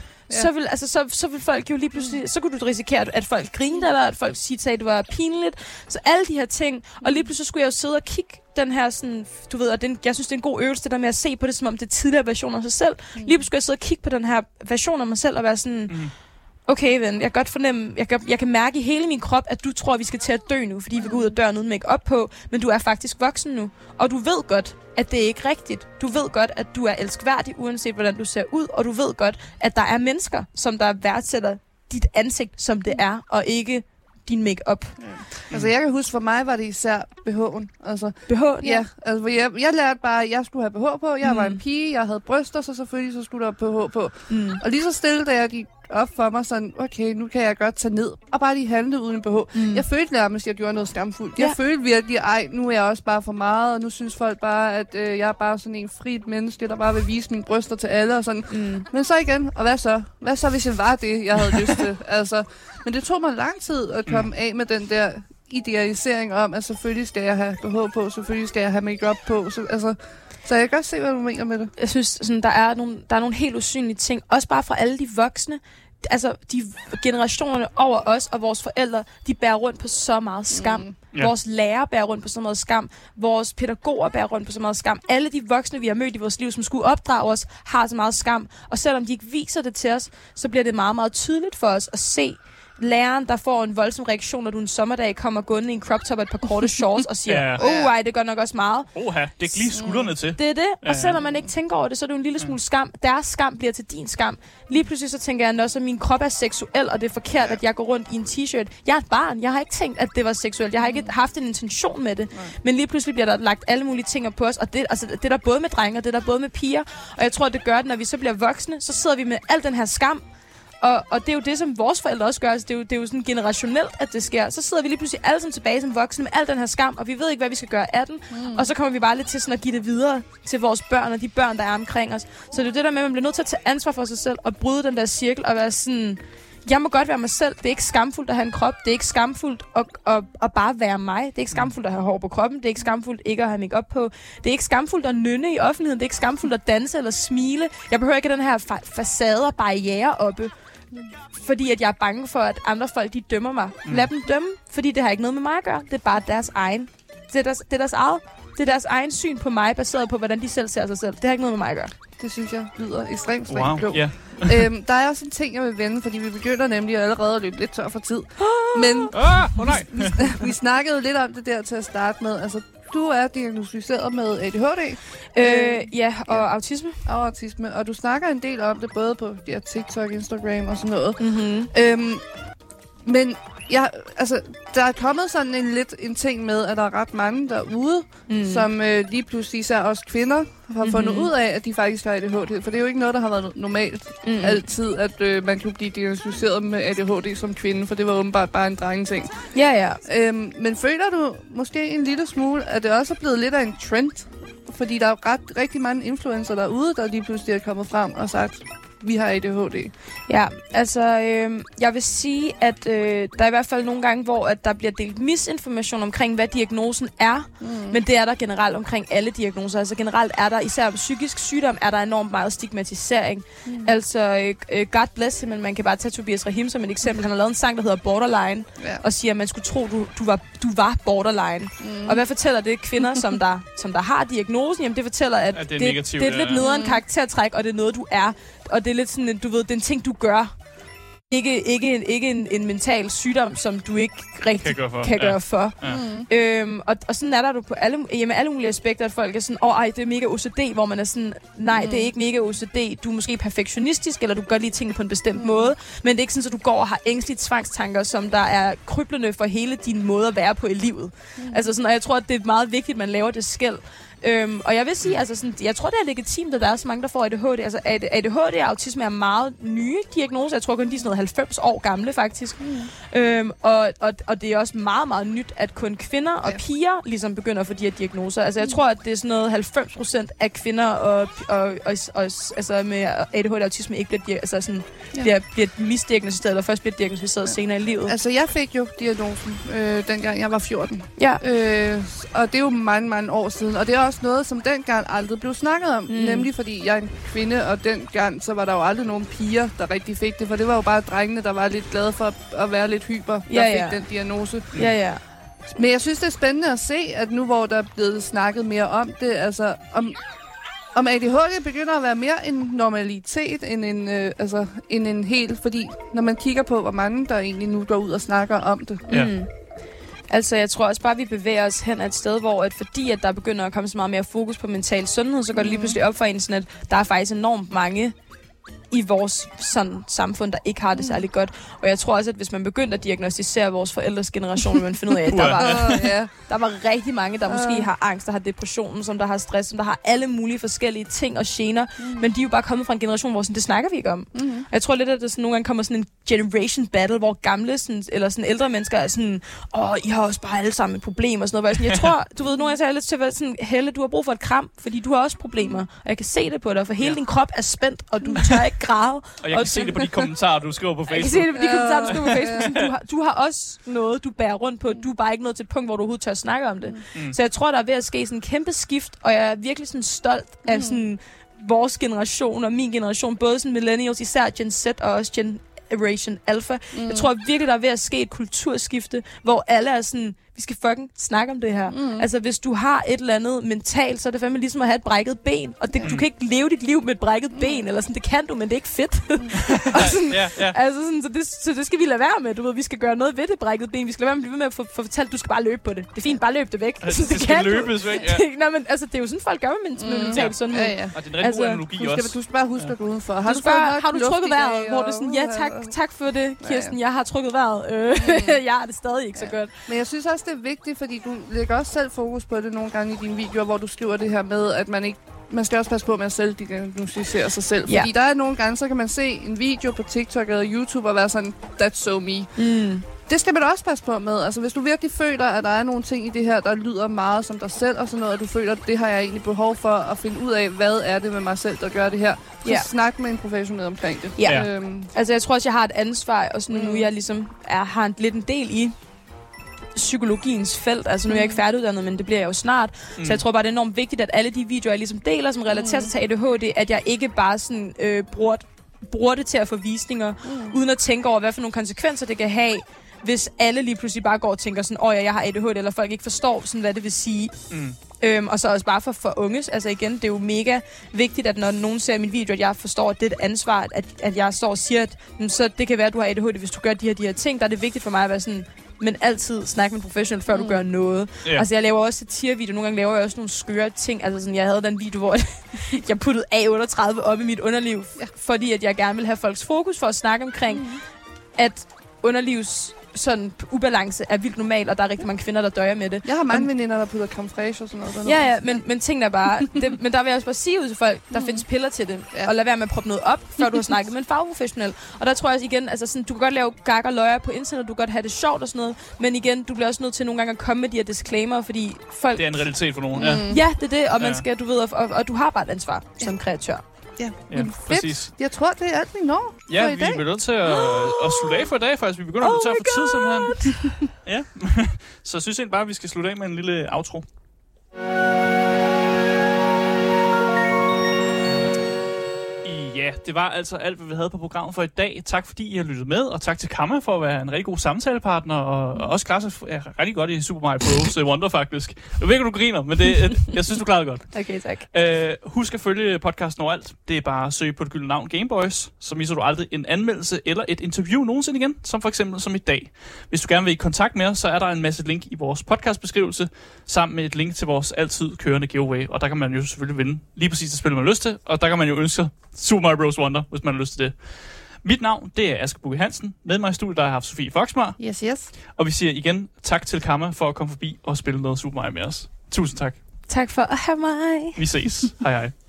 så vil folk jo lige pludselig, så kunne du risikere, at folk grinede, eller at folk sagde, at det var pinligt. Så alle de her ting, og lige pludselig skulle jeg jo sidde og kigge den her sådan, du ved, og jeg synes, det er en god øvelse, det der med at se på det, som om det er tidligere version af sig selv. Lige pludselig skulle jeg sidde og kigge på den her version af mig selv, og være sådan, Okay, ven, jeg kan godt fornemme, jeg kan mærke i hele min krop, at du tror, at vi skal til at dø nu, fordi vi går ud af døren uden make-up på, men du er faktisk voksen nu, og du ved godt, at det er ikke rigtigt. Du ved godt, at du er elskværdig, uanset hvordan du ser ud, og du ved godt, at der er mennesker, som der værdsætter dit ansigt, som det er, og ikke din make-up. Ja. Altså, jeg kan huske, for mig var det især BH'en. Altså, BH'en? Ja, altså, jeg lærte bare, at jeg skulle have BH på. Jeg var en pige, jeg havde bryster, så selvfølgelig så skulle der BH på. Og lige så stille, da jeg gik op for mig, sådan, okay, nu kan jeg godt tage ned og bare lige handle uden BH. Jeg følte nærmest, at jeg gjorde noget skamfuldt. Jeg følte virkelig, nu er jeg også bare for meget, og nu synes folk bare, at jeg er bare sådan en frit menneske, der bare vil vise mine bryster til alle og sådan. Men så igen, og hvad så? Hvad så, hvis jeg var det, jeg havde lyst til? Altså, men det tog mig lang tid at komme af med den der idealisering om, at selvfølgelig skal jeg have BH på, selvfølgelig skal jeg have make-up på. Så jeg kan godt se, hvad du mener med det. Jeg synes, sådan, der er nogle helt usynlige ting, også bare fra alle de voksne. Altså, de generationerne over os og vores forældre, de bærer rundt på så meget skam. Vores lærere bærer rundt på så meget skam. Vores pædagoger bærer rundt på så meget skam. Alle de voksne, vi har mødt i vores liv, som skulle opdrage os, har så meget skam. Og selvom de ikke viser det til os, så bliver det meget, meget tydeligt for os at se læreren, der får en voldsom reaktion, når du en sommerdag kommer gående i en crop top og et par korte shorts og siger, det gør nok også meget. Det er lige skuldrene til. Det er det, og selvom man ikke tænker over det, så er det jo en lille smule skam. Deres skam bliver til din skam. Lige pludselig så tænker jeg, når min krop er seksuel, og det er forkert, at jeg går rundt i en t-shirt. Jeg er et barn, jeg har ikke tænkt, at det var seksuelt. Jeg har ikke haft en intention med det. Men lige pludselig bliver der lagt alle mulige ting på os, og det er der både med drenge, og det er der både med piger. Og jeg tror, det gør det, når vi så bliver voksne, så sidder vi med al den her skam. Og det er jo det, som vores forældre også gør. Altså, det er jo sådan generationelt, at det sker. Så sidder vi lige pludselig alle sammen tilbage som voksne med al den her skam, og vi ved ikke, hvad vi skal gøre af den. Og så kommer vi bare lidt til sådan at give det videre til vores børn og de børn, der er omkring os. Så det er jo det der med, at man bliver nødt til at tage ansvar for sig selv og bryde den der cirkel og være sådan, jeg må godt være mig selv. Det er ikke skamfuldt at have en krop. Det er ikke skamfuldt at bare være mig. Det er ikke skamfuldt at have hår på kroppen. Det er ikke skamfuldt ikke at have make-up på. Det er ikke skamfuldt at nynne i offentligheden. Det er ikke skamfuldt at danse eller smile. Jeg behøver ikke den her facade og barriere oppe, fordi at jeg er bange for, at andre folk, de dømmer mig. Lad dem dømme, fordi det har ikke noget med mig at gøre. Det er bare deres egen. Det er deres egen syn på mig, baseret på, hvordan de selv ser sig selv. Det har ikke noget med mig at gøre. Det synes jeg lyder ekstremt klogt. Der er også en ting, jeg vil vende, fordi vi begynder nemlig allerede at løbe lidt tør for tid. Men vi snakkede lidt om det der til at starte med. Altså, du er diagnosticeret med ADHD. Og autisme. Og autisme. Og du snakker en del om det, både på TikTok, Instagram og sådan noget. Men der er kommet sådan en ting med, at der er ret mange derude, som lige pludselig, især også kvinder, har fundet ud af, at de faktisk har ADHD. For det er jo ikke noget, der har været normalt altid, at man kunne blive diagnosticeret med ADHD som kvinde, for det var åbenbart bare en drengeting. Men føler du måske en lille smule, at det også er blevet lidt af en trend? Fordi der er jo rigtig mange influencer derude, der lige pludselig er kommet frem og sagt, vi har ADHD. Ja, altså, jeg vil sige, at der er i hvert fald nogle gange, hvor at der bliver delt misinformation omkring, hvad diagnosen er. Men det er der generelt omkring alle diagnoser. Altså generelt er der, især på psykisk sygdom, er der enormt meget stigmatisering. Altså, God bless him, men man kan bare tage Tobias Rahim som et eksempel. Han har lavet en sang, der hedder Borderline, og siger, at man skulle tro, du var borderline. Og hvad fortæller det kvinder, som der har diagnosen? Jamen, det fortæller, at det er et lidt nederen karaktertræk, og det er noget, du er. Og det er lidt sådan, du ved, det er en ting, du gør. Ikke en mental sygdom, som du ikke rigtig kan gøre for. Og sådan er der på alle mulige aspekter, at folk er sådan, det er mega OCD, hvor man er sådan, nej, det er ikke mega OCD. Du er måske perfektionistisk, eller du gør lige tingene på en bestemt måde, men det er ikke sådan, at du går og har ængstlige tvangstanker, som der er kryblende for hele din måde at være på i livet. Altså sådan, og jeg tror, at det er meget vigtigt, at man laver det skel. Og jeg vil sige, altså sådan, jeg tror, det er legitimt, at der er så mange, der får ADHD. Altså ADHD og autisme er meget nye diagnoser. Jeg tror kun, de er sådan noget 90 år gamle, faktisk. Og det er også meget, meget nyt, at kun kvinder og piger ligesom begynder at få de her diagnoser. Altså jeg tror, at det er sådan noget 90% af kvinder og altså med ADHD og autisme ikke bliver misdiagnosticeret, eller først bliver diagnosticeret senere i livet. Altså jeg fik jo diagnosen, dengang jeg var 14. Og det er jo mange, mange år siden. Og det er også noget, som dengang aldrig blev snakket om. Nemlig fordi jeg er en kvinde, og dengang så var der jo aldrig nogen piger, der rigtig fik det. For det var jo bare drengene, der var lidt glade for at være lidt hyper, der fik den diagnose. Men jeg synes, det er spændende at se, at nu hvor der er blevet snakket mere om det, altså Om ADHD begynder at være mere en normalitet end en helt, fordi når man kigger på, hvor mange der egentlig nu går ud og snakker om det. Ja. Altså, jeg tror også bare, vi bevæger os hen et sted, hvor fordi at der begynder at komme så meget mere fokus på mental sundhed, så går det lige pludselig op for en sådan, at der er faktisk enormt mange i vores sådan, samfund, der ikke har det særlig godt. Og jeg tror også, at hvis man begyndte at diagnostisere vores forældres generation, vil man finde ud af, at der var rigtig mange, der måske har angst, der har depression, som der har stress, som der har alle mulige forskellige ting og gener. Men de er jo bare kommet fra en generation, hvor sådan, det snakker vi ikke om. Og jeg tror lidt, at der sådan, nogle gange kommer sådan en generation battle, hvor gamle sådan, eller sådan ældre mennesker er sådan, I har også bare alle sammen et problem og sådan noget. Jeg tror, du ved, nogle gange er lidt til at være sådan, Helle, du har brug for et kram, fordi du har også problemer. Og jeg kan se det på dig, for hele din krop er spændt, og du tør ikke græde. Og jeg kan se det på de kommentarer, du skriver på Facebook. Jeg kan se det på de kommentarer, du skriver på Facebook. Sådan, du har også noget, du bærer rundt på. Du er bare ikke nået til et punkt, hvor du overhovedet tør snakke om det. Så jeg tror, der er ved at ske sådan en kæmpe skift, og jeg er virkelig sådan stolt af sådan vores generation og min generation. Både sådan millennials, især Gen Z og også Generation Alpha. Jeg tror virkelig, der er ved at ske et kulturskifte, hvor alle er sådan, vi skal fucking snakke om det her. Altså, hvis du har et eller andet mentalt, så er det fandme ligesom at have et brækket ben. Og det, du kan ikke leve dit liv med et brækket ben, eller sådan, det kan du, men det er ikke fedt. Og sådan, altså sådan, så det skal vi lade være med. Du ved, vi skal gøre noget ved det brækket ben. Vi skal lade være med at blive ved med at få fortalt, du skal bare løbe på det. Det er fint, bare løb det væk. Altså, det skal løbes væk, Nå, men altså, det er jo sådan, folk gør med mentalt sundhed. Og det er en rigtig god analogi også. Du skal bare huske at gå udenfor. Har du trykket vejret? Hvor det sådan, ja, tak for det, Kirsten. Jeg har trykket vejret. Jeg har det stadig ikke så godt. Men jeg synes også, det er vigtigt, fordi du lægger også selv fokus på det nogle gange i dine videoer, hvor du skriver det her med, at man skal også passe på, at man selv diagnostiserer sig selv. Fordi der er nogle gange, så kan man se en video på TikTok eller YouTube og være sådan, that's so me. Det skal man også passe på med. Altså, hvis du virkelig føler, at der er nogle ting i det her, der lyder meget som dig selv og sådan noget, og du føler, at det har jeg egentlig behov for at finde ud af, hvad er det med mig selv, der gør det her, så snak med en professionel omkring det. Altså, jeg tror også, jeg har et ansvar, og sådan, nu jeg ligesom har lidt en del i psykologiens felt. Altså, nu er jeg ikke færdiguddannet, men det bliver jeg jo snart. Så jeg tror bare, det er enormt vigtigt, at alle de videoer, jeg ligesom deler, som relaterer sig til ADHD, at jeg ikke bare sådan bruger det til at få visninger, uden at tænke over, hvad for nogle konsekvenser det kan have, hvis alle lige pludselig bare går og tænker sådan, jeg har ADHD, eller folk ikke forstår, sådan, hvad det vil sige. Og så også bare for unges. Altså igen, det er jo mega vigtigt, at når nogen ser min video, at jeg forstår, at det er et ansvar, at jeg står og siger, at så det kan være, at du har ADHD, hvis du gør de her ting. Der er det vigtigt for mig at være sådan, men altid snak med en professionel, før du gør noget. Altså, jeg laver også satirevideoer. Nogle gange laver jeg også nogle skøre ting. Altså, sådan, jeg havde den video, hvor jeg puttede A38 op i mit underliv, fordi at jeg gerne vil have folks fokus for at snakke omkring, at underlivs sådan ubalance er vildt normal, og der er rigtig mange kvinder, der døjer med det. Jeg har mange veninder, der putter creme fraiche og sådan noget. Men tingene er bare... men der vil jeg også bare sige ud til folk, der findes piller til det. Og lad være med at proppe noget op, før du har snakket med en fagprofessionel. Og der tror jeg også igen, altså sådan, du kan godt lave gag og løjer på internet, du kan godt have det sjovt og sådan noget, men igen, du bliver også nødt til nogle gange at komme med de her disclaimer, fordi folk... Det er en realitet for nogen, Ja, det er det, og man skal, du ved, og du har bare et ansvar som kreatør. Ja, præcis. Jeg tror, det er alt, vi når for i dag. Vi er nødt til at slutte af for i dag, faktisk. Vi begynder at tage for tid, simpelthen. Ja. Så jeg synes egentlig bare, at vi skal slutte af med en lille outro. Ja, det var altså alt, hvad vi havde på programmet for i dag. Tak fordi I har lyttet med, og tak til Kamma for at være en rigtig god samtalepartner, og også klare sig rigtig godt i Super Mario Bros. Wonder, faktisk. Jeg ved ikke, du griner, men jeg synes, du klarede det godt. Okay, tak. Husk at følge podcasten overalt. Det er bare at søge på det gyldne navn Gameboys, så misser du aldrig en anmeldelse eller et interview nogensinde igen, som for eksempel som i dag. Hvis du gerne vil i kontakt med os, så er der en masse link i vores podcastbeskrivelse, sammen med et link til vores altid kørende giveaway, og der kan man jo selvfølgelig vinde lige præcis det spil, man har lyst til, og der kan man jo ønske Super Mario Bros. Wonder, hvis man har lyst til det. Mit navn, det er Asger Bukke Hansen. Med mig i studiet, der har jeg haft Sofie Foxmar. Yes. Og vi siger igen tak til Kamma for at komme forbi og spille noget Super Mario med os. Tusind tak. Tak for at have mig. Vi ses. Hej hej.